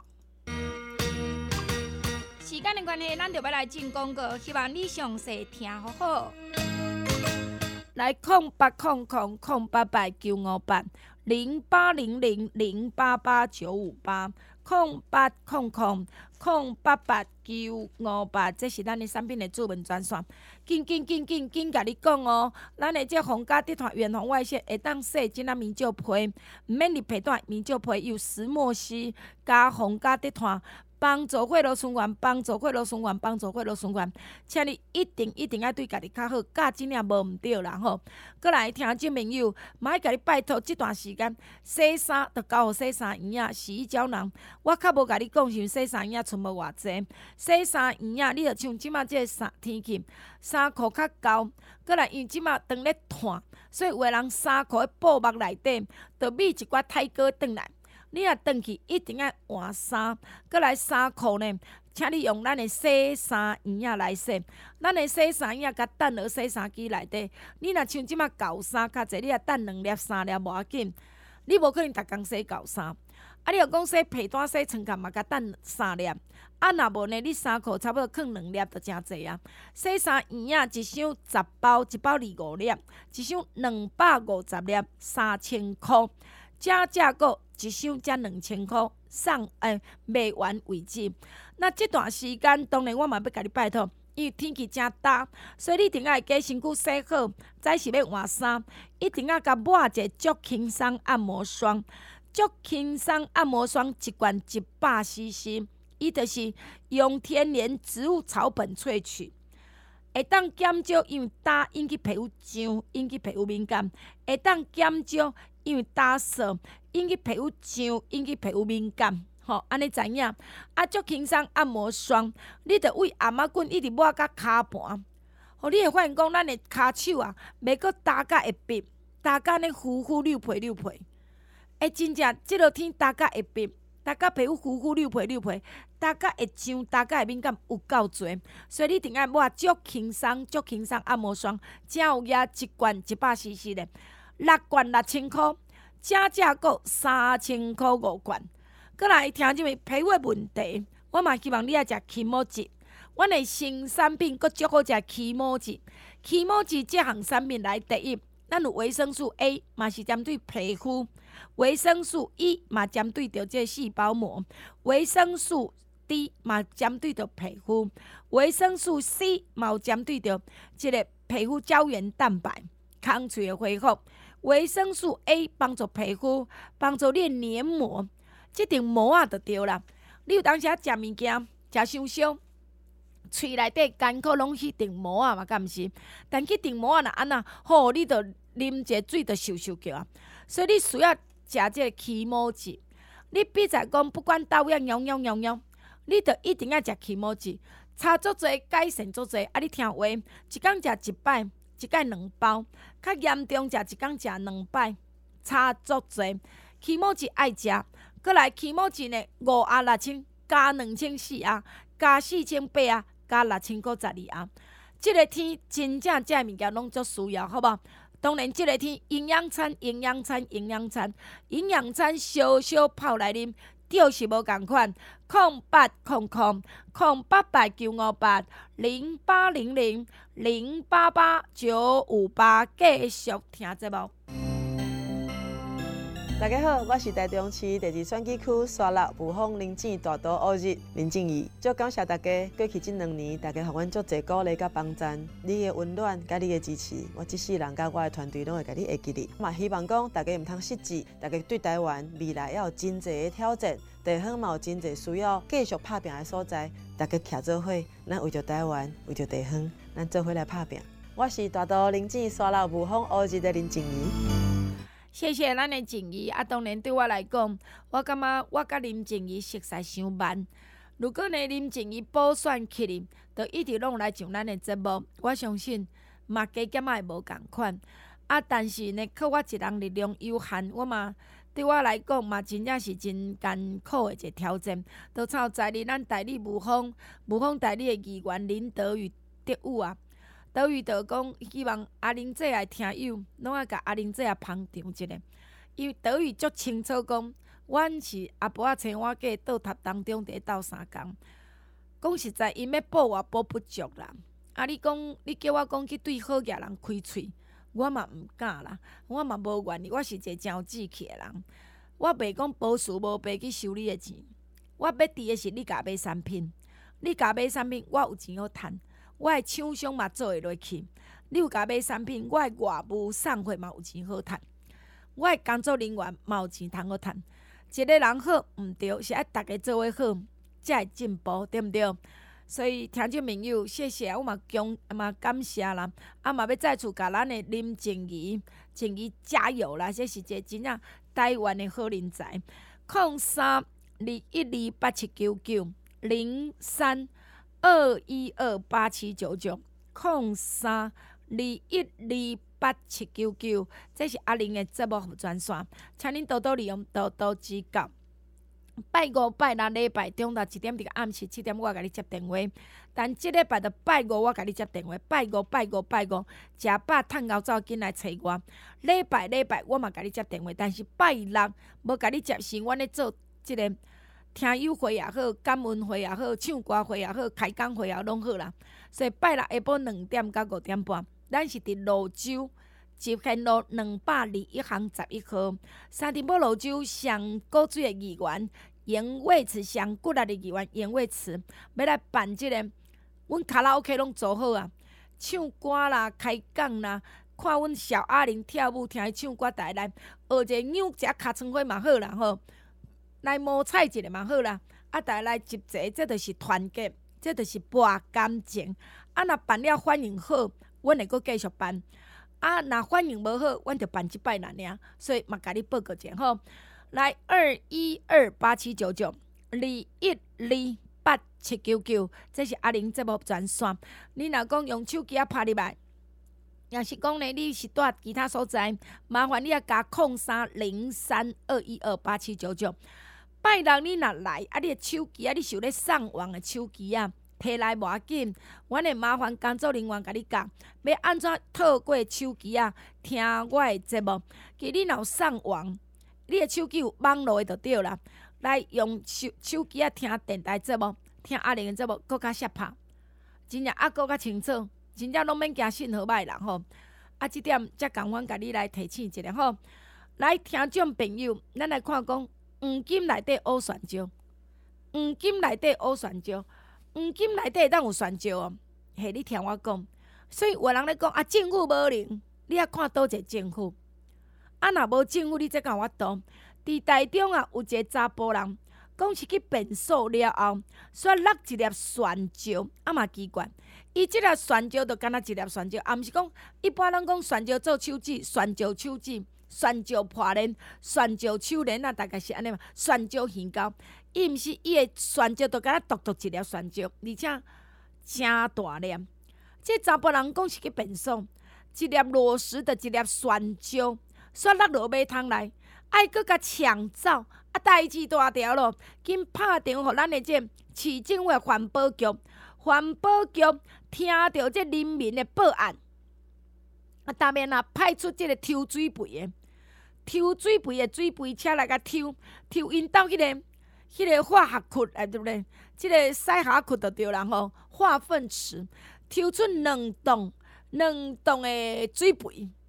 时间的关系，咱就要来进广告，希望你详细听好好。来，空八空空空八八九五八零八零零零八八九五八。空八空空空八八九五八，这是咱的产品的主文专线。紧紧紧紧紧，甲你讲哦，咱的这皇家地毯远红外线会当洗即仔面罩皮，毋免入皮带，面罩皮有石墨烯加皇家地毯。帮助血路循环，帮助血路循环，帮助血路循环，请你一定一定要对家己较好，教真正无毋对啦吼。过来听众朋友，买甲你拜托，这段时间洗衫着交互洗衫圆仔、洗衣胶囊。我较无甲你讲，是洗衫圆仔剩无偌济，洗衫圆仔你着像即马即个衫天气，衫裤较厚。过来因为即马当咧烫，所以有诶人衫裤诶布幕内底，着米一寡太哥转来。你若转去，一定要换衫，搁来衫裤呢，请你用咱的洗衫圆仔来洗。咱的洗衫圆仔，甲等落洗衫机内底。你若像即马旧衫较济，你若等两粒三粒无要紧。你无可能逐工洗旧衫。啊，你若讲洗被单、洗床单嘛，甲等三粒。啊，若无呢，你衫裤差不多放两粒就真济啊。洗衫圆仔一箱十包，一包二五粒，一箱两百五十粒，三千箍。加价购一箱才两千块，送诶卖完为止。那这段时间，当然我嘛要甲你拜托，因为天气真大，所以你一定要加身躯洗好，再是要换衫，一定要甲抹一个足轻松按摩霜。足轻松按摩霜一罐一百 C C， 伊就是用天然植物草本萃取。会当减少因为打引起皮肤痒、引起皮肤敏感，会当减少因为打扫引起皮肤痒、引起皮肤敏感。吼，安尼知影？啊，足轻松按摩霜，你着为阿妈棍一直抹到骹盘，吼，你会发现讲咱的骹手啊，袂阁打甲会闭，打甲呢呼呼溜皮溜皮。会真正即落天打甲会闭。大家皮肤呼呼溜皮溜皮，大家会痒，大家会敏感有够多，所以你一定要抹足轻松、足轻松按摩霜，才有额一罐一百 C C 的，六罐六千块，加价购三千块五罐。过来听这位皮肤问题，我嘛希望你爱食起毛剂，阮的新产品阁足好食起毛剂，起毛剂这项产品来第一。咱有维生素 A， 嘛是针对皮肤；维生素 E 嘛针对着这细胞膜；维生素 D 嘛针对着皮肤；维生素 C 嘛有针对着这个皮肤胶原蛋白、空脆的恢复；维生素 A 帮助皮肤，帮助你的黏膜，这层膜啊就对啦。你有当时啊食物件食伤少。喙内底干口拢迄层膜啊嘛，敢毋是？但迄层膜啊若安那，吼，你着啉一个水着咻咻叫啊。所以你需要食这个起毛剂。你比在讲不管倒样样样样样，你着一定要食起毛剂，差足侪改善足侪。啊，你听话，一工食一摆，一摆两包，较严重食一工食两摆，差足侪。起毛剂爱食，过来起毛剂呢五盒六千，加两千四盒，加四千八盒。加六千块十二盒，即个天真正这物件拢足需要，好无？当然，即个天营养餐、营养餐、营养餐、营养餐，小小泡来啉，就是无共款。空八空空空八八九五八零八零零零八八九五八，继续听节目。 大家好，我是台中市第二选举区沙鹿雾峰林检大道乌日林静怡。足感谢大家，过去这两年，大家给阮足侪鼓励甲帮赞，你的温暖甲你的支持，我一世人甲我的团队拢会甲你会记哩。嘛希望讲大家毋通失志，大家对台湾未来要有真侪的挑战，地方嘛有真侪需要继续拍拼的所在，大家徛做伙，咱为着台湾，为着地方，咱做伙来拍拼。我是大道林检沙鹿雾峰乌日的林静怡。 谢谢咱的静怡啊！当然对我来讲，我感觉我甲林静怡熟悉伤慢。如果呢林静怡补选起哩，就一直拢来上咱的节目，我相信嘛加减也会无共款。啊，但是呢，靠我一人力量有限，我嘛对我来讲嘛真正是真艰苦的一个挑战。都操在哩咱台里雾峰，雾峰台里的议员林德宇德宇啊。德宇就讲，希望阿玲姐的听友拢爱甲阿玲姐也捧场一下，因为德宇足清楚讲，阮是阿婆仔青蛙计倒塌当中伫斗相共。讲实在，因要补我补不足啦。啊，你讲你叫我讲去对好野人开喙，我嘛毋敢啦，我嘛无愿意。我是一个真有志气的人，我袂讲保守无白去收你的钱。我要伫的是你家买产品，你家买产品，我有钱好趁。我的厂商嘛做会落去，你有甲买产品，我的外务送货嘛有钱好趁，我的工作人员嘛有钱通好趁。一个人好毋对，是爱大家做伙好，才会进步，对毋对？所以听众朋友，谢谢，我嘛恭嘛感谢啦，啊嘛要再次甲咱的林静怡，静怡加油啦！这是一个真正台湾的好人才。零三二一二八七九九零三。二一二八七九九零三二一二八七九九，这是阿玲的节目专线，请恁多多利用，多多指教。拜五、拜六、礼拜中昼一点到暗时七点，我甲你接电话。但即礼拜就拜五，我甲你接电话。拜五、拜五、拜五，食饱趁熬走紧来找我。礼拜、礼拜我嘛甲你接电话，但是拜六无甲你接，是阮咧做即、這个。听友会也好，感恩会也好，唱歌会也好，开讲会也拢好啦。所以拜六下晡两点到五点半，咱是伫泸州集贤路两百二一巷十一号，三重埔泸州上古水的议员严伟慈，上骨力的议员严伟慈，要来办即、這个，阮卡拉 OK 拢做好啊，唱歌啦，开讲啦。看阮小阿玲跳舞，听伊唱歌，大来学一个扭一下尻川花嘛好啦吼。来摸彩一下嘛好啦，啊，大家来集齐，这就是团结，这就是博感情。啊，若办了反应好，阮会阁继续办；啊，若反应无好，阮就办一摆啦尔。所以嘛，甲你报告者吼，来二一二八七九九二一二八七九九，这是阿玲节目专线。你若讲用手机啊拍入来。若是讲呢，你是住其他所在，麻烦你啊加零三零三二一二八七九九。拜六你若来，啊，你的手机啊，你是有咧送网的手机啊，摕来无要紧，阮会麻烦工作人员甲你讲，要安怎透过手机啊听我的节目。其实你若有送网，你的手机有网络的就对啦。来用手手机啊听电台节目，听阿玲的节目，搁较适拍，真正啊搁较清楚，真正拢免惊信号歹人吼。啊，即点才共阮甲你来提醒一下吼。来，听众朋友，咱来看讲。黄金内底乌泉石，黄金内底乌泉石，黄金内底当有泉石哦。嘿，你听我讲，所以有人咧讲啊，政府无灵，你啊看倒一个政府？啊，若无政府，你再甲我讲。伫台中啊，有一个查甫人，讲是去变数了后，煞落一粒泉石，啊嘛奇怪。伊即粒泉石就敢若一粒泉石，啊，毋是讲一般人讲泉石做手指，泉石手指。泉石破链、泉石手链啊，大概是安尼嘛。泉石鱼膏，伊毋是伊的泉石，就敢若独独一粒泉石，而且真大粒。这查甫人讲是去变数，一粒落实的一粒泉石，煞落落马桶内，爱搁甲抢走，啊代志大条咯，紧拍电话互咱的这市政府的环保局，环保局听到这人民的报案。啊，当面啊，派出即个抽水杯的、抽水杯的水杯车来甲抽，抽因兜迄个、迄个化学库，哎，对不对？即、这个细下库就对啦吼，化粪池抽出两栋、两栋的水杯，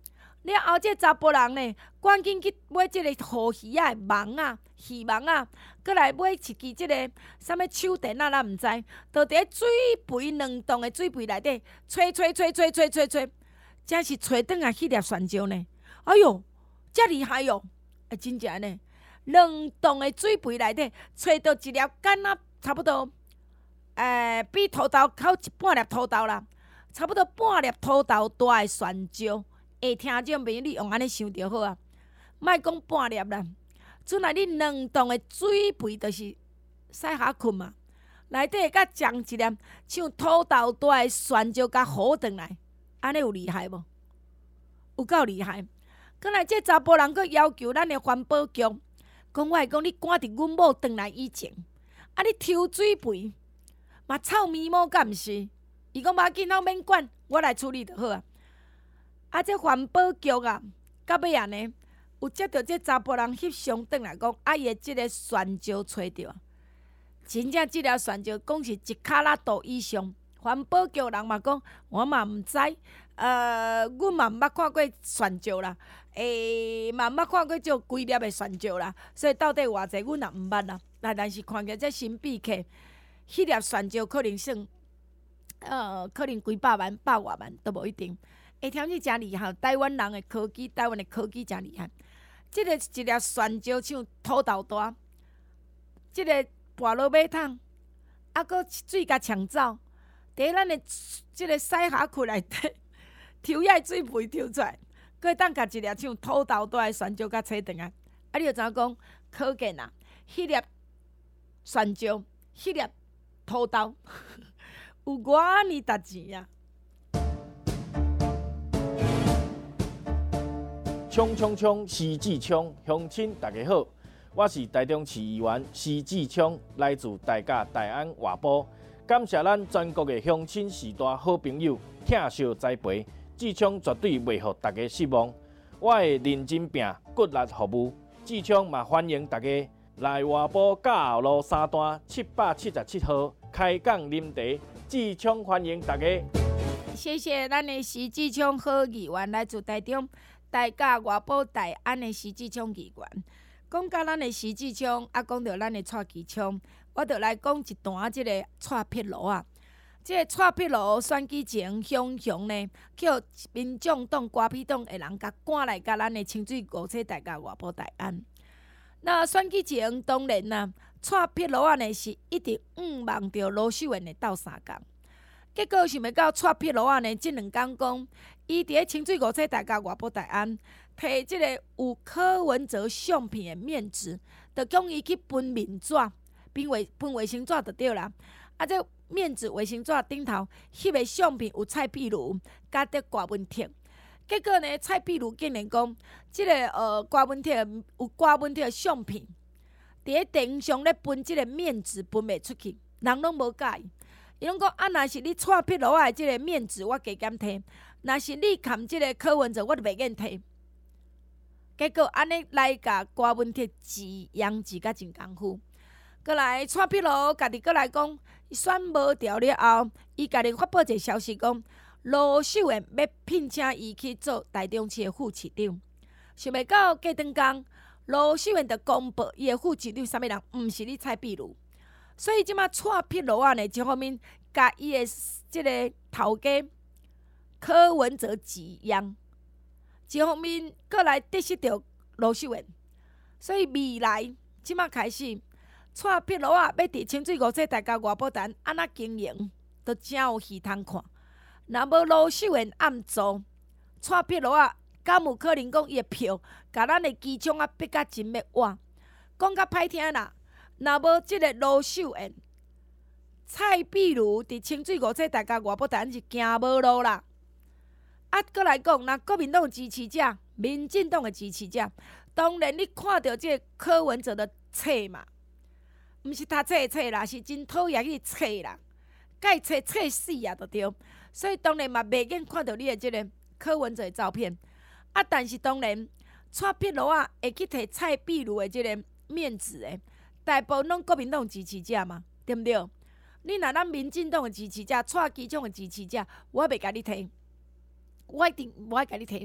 了后，这查甫人呢，赶紧去买即个护鱼仔的网啊、鱼网啊，搁来买一支即个啥物手电啊，咱毋知，就伫咧水肥两栋的水肥内底吹吹吹吹吹吹吹，才是吹转来迄粒泉石呢。哎哟，遮厉害哟！哎，真正呢，两栋的水肥内底吹到一粒杆仔，差不多，诶、呃，比土豆口一半粒土豆啦，差不多半粒土豆大的泉石。会听众朋友，你用安尼想就好啊，莫讲半粒啦。阵来你两栋的水肥就是屎下困嘛，内底甲将一粒像土豆大的泉石甲好转来，安尼有厉害无？有够厉害！搁来这查甫人佫要求咱的环保局，讲我会讲你赶伫阮某转来以前，啊你抽水肥嘛臭咪毛敢毋是？伊讲无要紧，咱免管，我来处理就好啊。啊，这环保局啊，到尾安尼有接到这查甫人翕相转来讲，啊伊的即个泉石找着，真正即条泉石讲是一卡拉度以上。环保局人嘛讲，我嘛毋知，呃，阮嘛毋捌看过泉石啦，诶、欸，嘛毋捌看过这规粒的泉石啦，所以到底偌济，阮也毋捌啦。但是看起来这神秘客，迄粒泉石可能算，呃，可能几百万、百外万都无一定。会听是真厉害，台湾人的科技，台湾的科技真厉害。即、这个一粒泉石像土豆大，即、这个跋落马桶，啊，搁水甲抢走，伫咱的即个屎下窟内底，抽遐水肥抽出来，搁会当甲一粒像土豆大的泉石甲切断啊！啊，你就知影讲，可见啊，迄粒泉石，迄粒土豆，有偌尼值钱啊！ 冲冲冲！徐志昌，乡亲大家好，我是台中市议员徐志昌，来自大甲大安外埔，感谢咱全国的乡亲时代好朋友疼惜栽培，志昌绝对袂互大家失望。我会认真拼，骨力服务。志昌嘛欢迎大家来外埔甲后路三段七百七十七号开讲啉茶，志昌欢迎大家。 谢谢咱的徐志昌好议员，来自台中。大甲外埔大安的徐志昌议员，讲到咱的徐志昌，啊，讲到咱的蔡其昌，我着来讲一段即个蔡壁如啊。即、这个蔡壁如选举前，雄雄呢，叫民众党、瓜皮党的人甲赶来甲咱的清水高车大甲外埔大安。那选举前，当然啦，蔡壁如啊呢是一直仰望着罗秀燕的斗相共。结果想要到蔡壁如啊呢，即两天讲，伊伫咧清水五车大甲外埔大安，摕即个有柯文哲相片的面纸，就讲伊去分面纸，分卫分卫生纸就对啦。啊，这面纸卫生纸顶头翕的相片有蔡壁如，甲得郭文婷。结果呢，蔡壁如竟然讲，即、这个呃郭文婷有郭文婷的相片，伫咧电上咧分即个面纸分袂出去，人拢无介意。伊拢讲啊，若是你蔡壁如的即个面子，我加减摕；若是你砍即个柯文哲，我就袂愿摕。结果安尼来甲郭文婷治养治甲真功夫。过来蔡壁如家己过来讲，选无掉了后，伊家己发布一个消息讲，罗秀燕要聘请伊去做台中市的副市长。想袂到过两天，罗秀燕就公布伊的副市长啥物人，毋是你蔡壁如。所以即马蔡壁如啊呢，一方面甲伊的即个头家柯文哲治养，一方面搁来得失着罗秀燕。所以未来即马开始，蔡壁如啊要伫清水五车大甲外埔大安安怎经营，都真有戏通看。若无罗秀燕暗做，蔡壁如啊敢有可能讲伊的票，甲咱的机场啊逼甲真要活？讲较歹听啦。若无即个罗秀燕、蔡壁如伫清水五车大甲外埔大安是行无路啦。啊，搁来讲，若国民党支持者、民进党的支持者，当然你看到即个柯文哲的册嘛，毋是读册的册啦，是真讨厌迄个册啦，甲伊册册死啊，就对。所以当然嘛，袂愿看到你的即个柯文哲的照片。啊，但是当然，蔡壁如啊会去摕蔡壁如的即个面子的。大部分拢国民党支持者嘛，对毋对？你若咱民进党的支持者、蔡其昌的支持者，我袂甲你摕，我一定无爱甲你摕。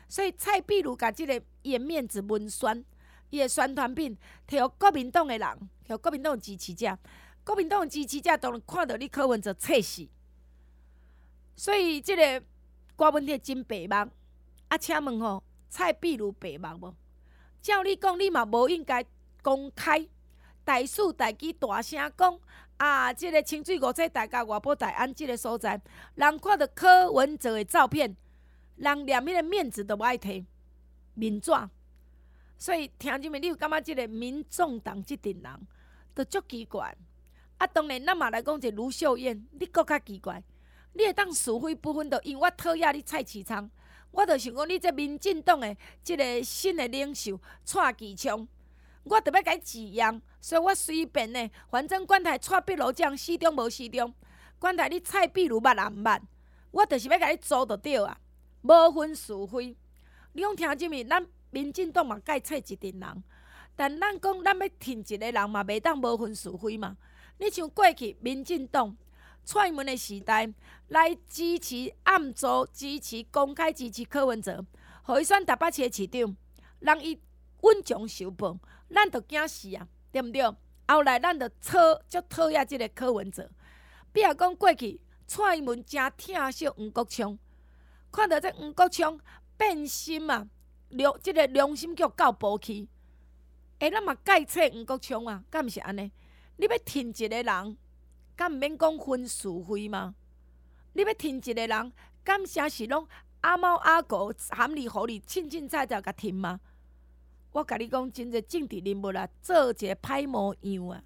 所以蔡壁如甲即个伊的面子文宣，伊的宣传品摕互国民党的人，摕互国民党的支持者，国民党的支持者当然看到你柯文哲册死，所以即个郭文摕真白目。啊，请问吼，蔡壁如白目无？照你讲，你嘛无应该公开大肆大举大声讲啊！即、这个清水五彩大甲外埔大安即个所在，人看到柯文哲的照片，人连迄个面子都无爱摕，面纸。所以听众们，你有感觉即个民众党即阵人，都足奇怪。啊，当然咱嘛来讲一个卢秀燕，你搁较奇怪，你会当是非不分，就因为我讨厌你蔡其昌。我就想讲，你这民进党的即个新的领袖蔡其昌，我特要甲伊治殃，所以我随便呢，反正管他蔡壁如奖死中无死中，管他你蔡壁如捌啊毋捌，我就是要甲你做就对啊，无分是非。你讲听即面，咱民进党嘛该册一阵人，但咱讲咱要挺一个人嘛，袂当无分是非嘛。你像过去民进党蔡文的时代，来支持暗做支持公开支持柯文哲，互伊选台北市的市长，让伊稳将受报，咱就惊死啊，对毋对？后来咱就讨足讨厌即个柯文哲。比如讲过去蔡文真疼惜黄国昌，看到这黄国昌变心啊，良即、这个良心叫到步去。诶，咱嘛改册黄国昌啊，敢毋是安尼？你要挺一个人？敢毋免讲分是非吗？你要挺一个人，敢啥是拢阿猫阿狗含你互你凊凊彩彩甲挺吗？我甲你讲，真侪政治人物啊，做一个歹模样啊！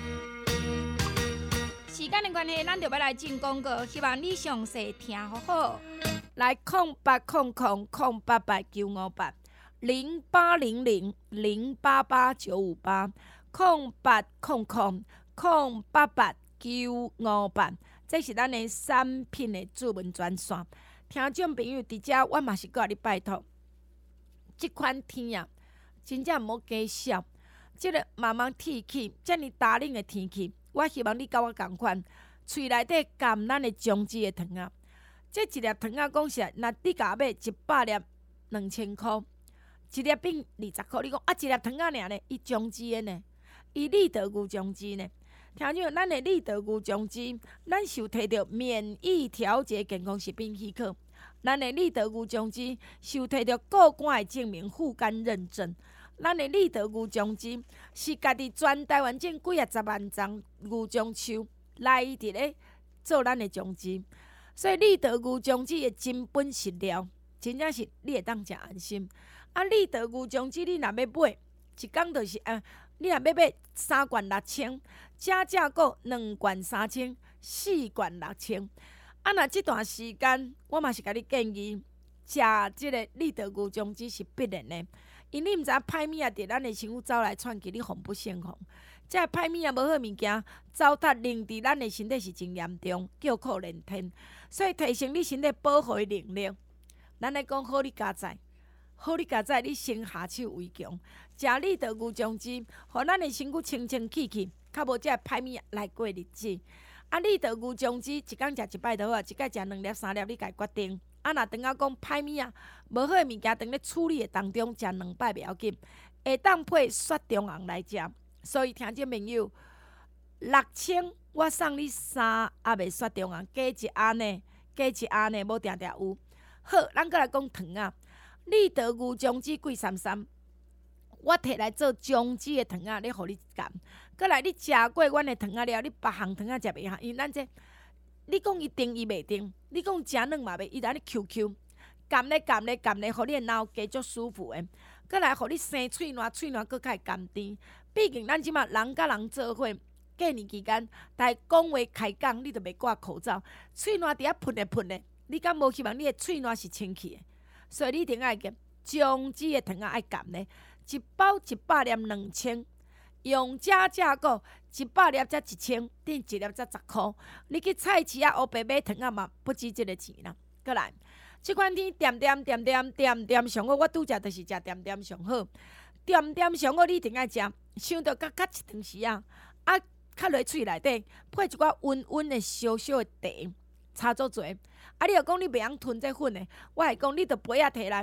时间的关系，咱就要来进广告，希望你详细听好好。来，空八空空空八八九五八零八零零零八八九五八空八空空空八八。九五八，这是咱的产品的主文专线。听众朋友，伫遮我嘛是搁你拜托，即款天啊，真正毋好假笑。即、这个茫茫天气，遮尔打冷的天气，我希望你甲我共款，喙内底含咱的姜汁的糖啊。这一粒糖啊，讲实在，若你甲买一百粒两千箍，一粒变二十箍。你讲啊，一粒糖啊尔呢？伊姜汁的呢？伊利德牛姜汁呢？听众，咱的利德牛姜汁，咱是有摕到免疫调节健康食品许可。咱的利德牛姜汁是有摕到过关的证明护肝认证。咱的利德牛姜汁是家己全台湾种几啊十万丛牛姜树来伫咧做咱的姜汁，所以利德牛姜汁的真本实料，真正是你会当食安心。啊，利德牛姜汁你若要买，一工就是啊。你若要买三罐六千，加价购两罐三千，四罐六千。啊，若即段时间，我嘛是甲你建议，食即个利德牛姜汁是必然的，因你毋知影歹物啊，伫咱的身躯走来窜去，你防不胜防。即个歹物啊，无好物件糟蹋令伫咱的身体是真严重，叫苦连天。所以提升你身体保护的能力，咱来讲好你家在。好，你家在你先下手为强，食利德牛姜汁，互咱的身躯清清气气，较无即个歹物来过日子。啊，利德牛姜汁一工食一摆就好啊，一摆食两粒三粒，你家决定。啊，若当啊讲歹物啊，无好的物件，当咧处理的当中食两摆袂要紧，会当配雪中红来食。所以听众朋友，六千我送你三盒的雪中红，加一盒呢，加一盒呢，无定定有。好，咱搁来讲糖啊。利德牛姜汁贵三三，我摕来做姜汁的糖仔，咧互你含。过来，你食过阮的糖仔了，你别项糖仔食袂下，因为咱这，你讲伊定伊袂定，你讲食软嘛袂，伊安尼 Q Q， 含咧含咧含咧，互你的脑加足舒服的。过来，互你生喙暖，喙暖搁较会甘甜。毕竟咱即马人甲人做伙，过年期间，但讲话开讲，你着袂挂口罩，喙暖伫遐喷咧喷咧，你敢无希望你的喙暖是清气的？所以你一定爱个姜汁的糖仔爱含咧，一包一百粒两千，用加价购一百粒才一千，顶一粒才十箍。你去菜市啊、乌白买糖仔嘛，不止即个钱啦。过来，即款天点点点点点点上好，我拄则就是食点点上好，点点上好你一定爱食，想到甲较一段时啊，啊，较落喙内底配一寡温温的小小的茶，差足侪。啊！你若讲你袂晓吞这粉的，我会讲你着杯仔摕来，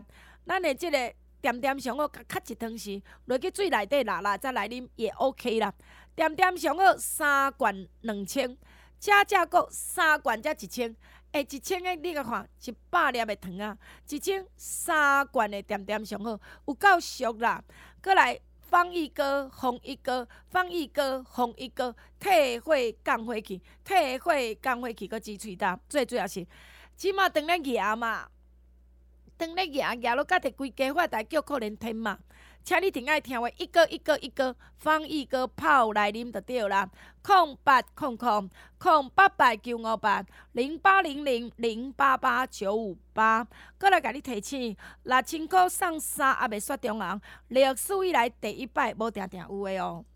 咱的即个点点上好，甲较一汤匙落去水内底拉拉，再来啉也 OK 啦。点点上好三罐两千，加价购三罐才一千。诶，一千个你甲看，一百粒的糖啊，一千三罐的点点上好，有够俗啦。过来放一哥，放一哥，放一哥，放一哥，退火降火气，退火降火气，搁煮喙焦，最主要是，即马当咧牙嘛，当咧牙牙落甲摕规家伙来叫可怜天嘛。请你听爱听话，一个一个一个放一个泡来啉就对啦。空八空空空八八九五八零八零零零八八九五八，过来甲你提醒，六千块送三也袂雪中人，历史以来第一摆无定定有诶哦。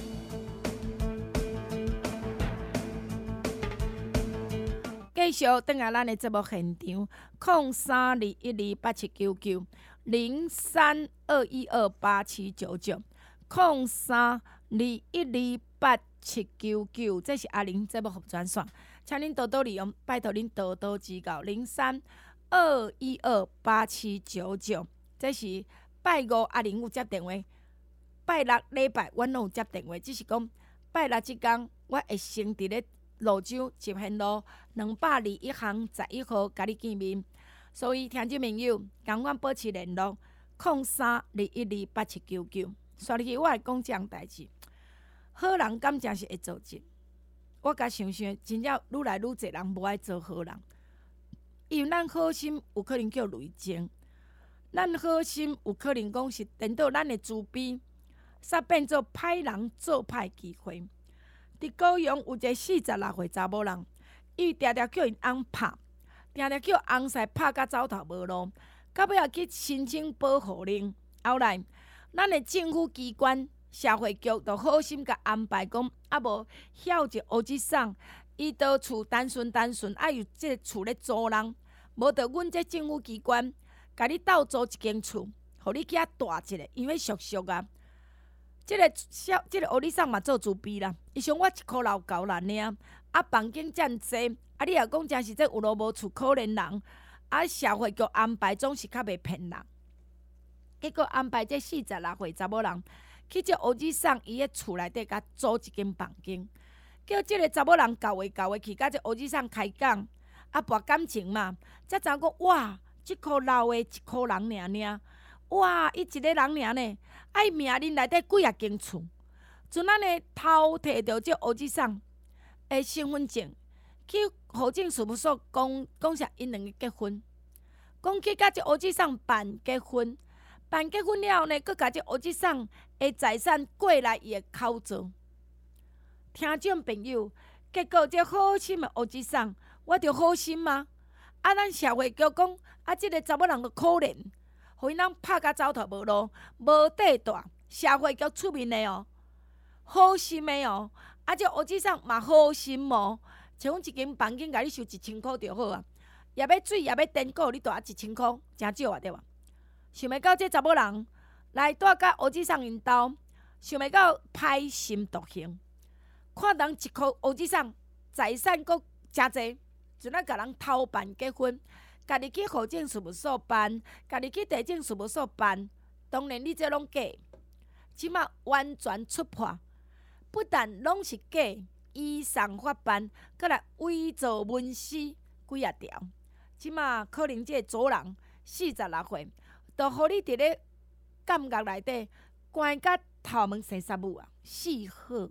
继续转来咱的节目现场，空三二一二八七九九。零三二一二八七九九，空三二一二八七九九，这是阿玲节目服专线，请恁多多利用，拜托恁多多指教。零三二一二八七九九，这是拜五阿玲有接电话，拜六礼拜阮拢有接电话，只是讲拜六即天我会先伫咧泸州集贤路两百二一巷十一号甲你见面。所以，听众朋友，共阮保持联络，零三二一二八七九九。刷入去，我会讲这样代志。好人敢真是会做尽。我甲想想，真正愈来愈侪人无爱做好人，因为咱好心有可能叫累精，咱好心有可能讲是等到咱的自卑，煞变做歹人做歹机会。伫高雄有一个四十六岁查某人，伊常常叫因翁拍。定定叫翁婿拍甲走投无路，到尾也去申请保护令。后来，咱的政府机关、社会局就好心甲安排讲，啊无晓一乌子送，伊倒厝单纯单纯，啊有即个厝咧租人，无着阮这政府机关，甲你斗租一间厝，互你去遐住一下，因为俗俗啊。即、這个小，即、這个乌子送嘛做自闭啦，伊想我一箍老高人尔，啊房间遮济。啊！你若讲真实，这有路无厝可怜人，啊社会局安排总是较袂骗人。结果安排这四十六岁查某人去这乌子送伊个厝内底，甲租一间房间。叫即个查某人搞话搞话去，甲这乌子送开讲，啊博感情嘛，才知影讲哇，即箍老的一箍人尔尔，哇，伊一个人尔呢，啊伊名人内底几啊间厝。阵咱呢偷摕到这乌子送的身份证。去户政事务所讲讲啥，因两个结婚，讲去甲即乌子送办结婚，办结婚了后呢，佮甲即乌子送的财产过来伊的口座。听众朋友，结果这好心的乌子送，我着好心吗？啊，咱社会局讲，啊，即、這个查某人着可怜，互因人拍甲走投无路，无地住，社会局出面的哦，好心的哦，啊，即乌子送嘛好心哦。像阮一间房间，甲你收一千箍就好啊。也要水，也要电锅，你住啊一千箍，真少啊，对吧？想袂到这查某人来住甲乌子送因兜，想袂到歹心独行，看人一箍乌子送财产阁诚济，就咱甲人偷办结婚，家己去户政事务所办，家己去地政事务所办，当然你这拢假，即马完全出破，不但拢是假。依上法办，搁来伪造文书几啊条，即马可能这个主人四十六岁，就互你伫咧监狱内底关甲头毛生杀母啊，死好。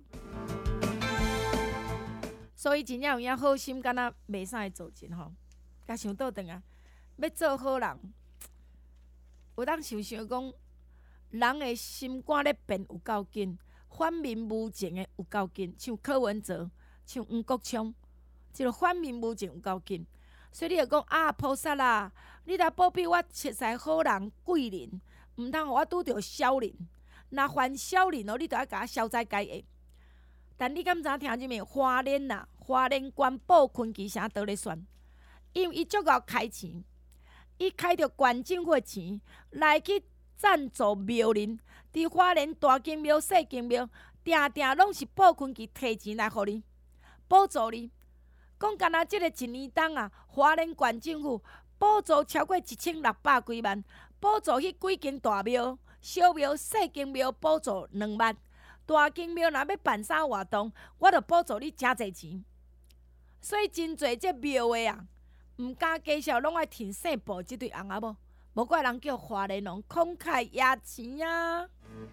所以真正有影好心，敢若袂啥会做尽吼。甲想倒转啊，要做好人，有当想想讲，人的心肝咧变有够紧。反面无情的有够紧，像柯文哲、像黄国昌，即个反面无情有够紧。所以你就讲啊，菩萨啦，你来保庇我切实好人贵人，毋通互我拄着小人。若犯小人哦，你着爱甲我消灾解厄。但你敢知影听啥物？花莲呐，花莲县宝昆旗城倒咧选，因为伊足够开钱，伊开着县政府的钱来去赞助庙人。伫花莲大间庙、小间庙，定定拢是宝昆旗摕钱来互你补助你。讲干那即个一年当啊，花莲县政府补助超过一千六百几万， 补助迄几间大庙，小庙、细间庙补助两万，大间庙若要办啥活动，我着补助你诚侪钱。所以真侪这庙的啊，毋敢介绍，拢爱挺姓报即对翁仔某，无怪人叫华莲王慷慨野钱啊！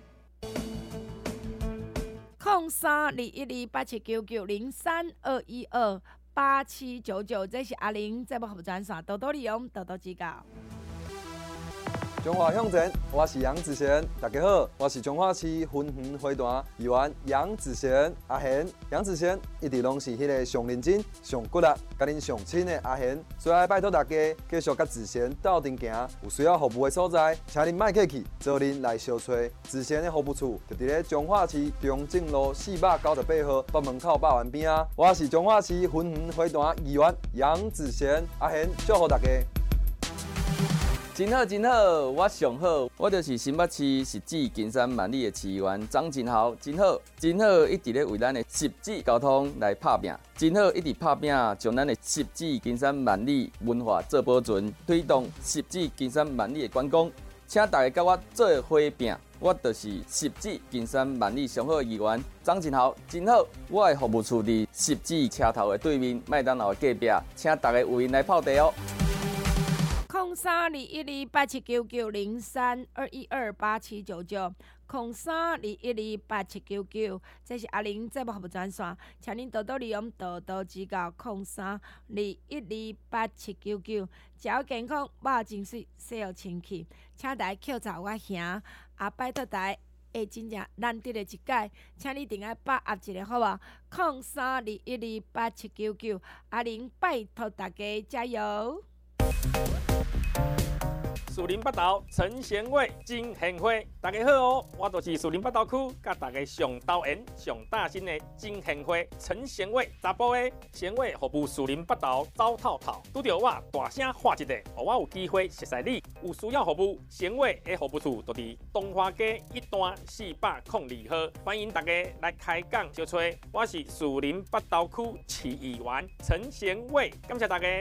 空三二一二八七九九零三二一二八七九九，这是阿玲节目服务专线，多多利用，多多指教。 中华向前，我是杨子贤，大家好，我是中华市分园花坛议员杨子贤阿贤。杨子贤一直拢是迄个上认真、上骨力、甲恁上亲的阿贤，所以爱拜托大家继续甲子贤斗阵行，有需要服务的所在，请恁莫客气，找恁来相找。子贤的服务处就伫咧中华市中正路四百九十八号北门口百万边啊。我是中华市分园花坛议员杨子贤阿贤，祝福大家。 真好真好，我上好，我就是新北市实质金山万里的市议员张金豪，真好真好，一直咧为咱的实质交通来拍拼，真好一直拍拼，将咱的实质金山万里文化做保存，推动实质金山万里的观光，请大家甲我做伙拼。我就是实质金山万里上好的议员张金豪，真好，我的服务处伫实质车头的对面，麦当劳的隔壁，请大家有闲来泡茶哦。 空三二一二八七九九零三二一二八七九九，空三二一二八七九九，这是阿玲节目服务专线，请您多多利用，多多指教。空三二一二八七九九，食好健康，饱真水，洗好清气，请大家扣查我兄，也拜托大家会真正难得的一届，请你定爱把握一下好无？空三二一二八七九九，阿玲拜托大家加油！ 树林北投陈贤伟金贤辉，大家好哦！我就是树林北投区，甲大家上投缘、上大心的金贤辉陈贤伟查甫的贤伟服务树林北投走透透，拄着我大声喊一个，互我有机会熟悉你。有需要服务贤伟的服务处，就伫东华街一段四百零二号，欢迎大家来开讲小吹。我是树林北投区市议员陈贤伟，感谢大家。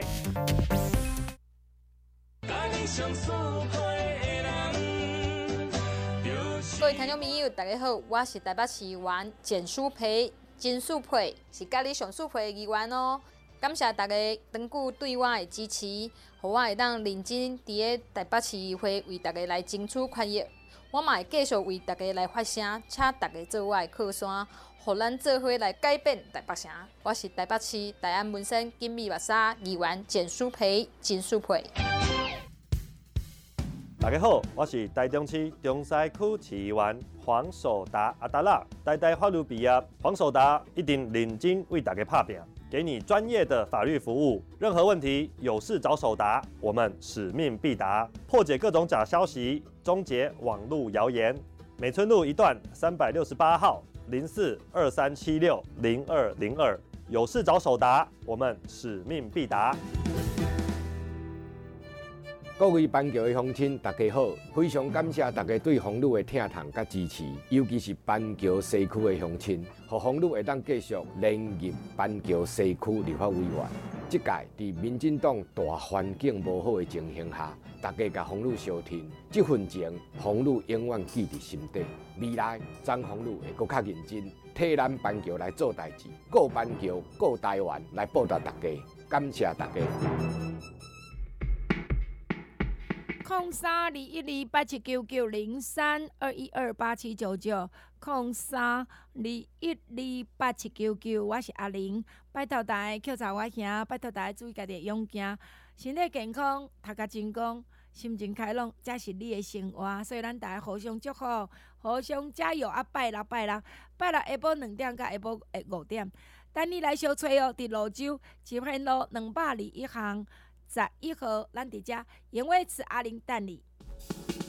各位听众朋友，大家好，我是台北市议员简淑培，金淑培是甲你上淑培的议员哦。感谢大家长久对我的支持，让我会当认真伫个台北市议会为大家来争取权益。我嘛会继续为大家来发声，请大家做我的靠山，互咱做伙来改变台北城。我是台北市大安文山金美目沙议员简淑培，金淑培。 大家好，我是台中市中西区市议员黄守达阿达拉，台大法律毕业，黄守达一定认真为大家拍拼，给你专业的法律服务。任何问题有事找守达，我们使命必达，破解各种假消息，终结网络谣言。美村路一段三百六十八号零四二三七六零二零二，有事找守达，我们使命必达。 各位板桥的乡亲，大家好！非常感谢大家对红路的听从甲支持，尤其是板桥西区的乡亲，互红路会当继续连任板桥西区立法委员。这届伫民进党大环境无好的情形下，大家甲红路相挺，这份情红路永远记伫心底。未来张红路会搁较认真，替咱板桥来做代志，顾板桥、顾台湾来报答大家。感谢大家。 空三二一二八七九九零三二一二八七九九，空三二一二八七九九，我是阿玲，拜托大家扣查我兄，拜托大家注意家己的用行，身体健康，读甲成功，心情开朗，才是你的生活。所以咱大家互相祝福，互相加油啊！拜六拜六拜六下晡两点到下晡五点，等你来相找哦，伫蘆洲集贤路两百二一巷。十一号，咱伫遮，永伟慈阿玲等你。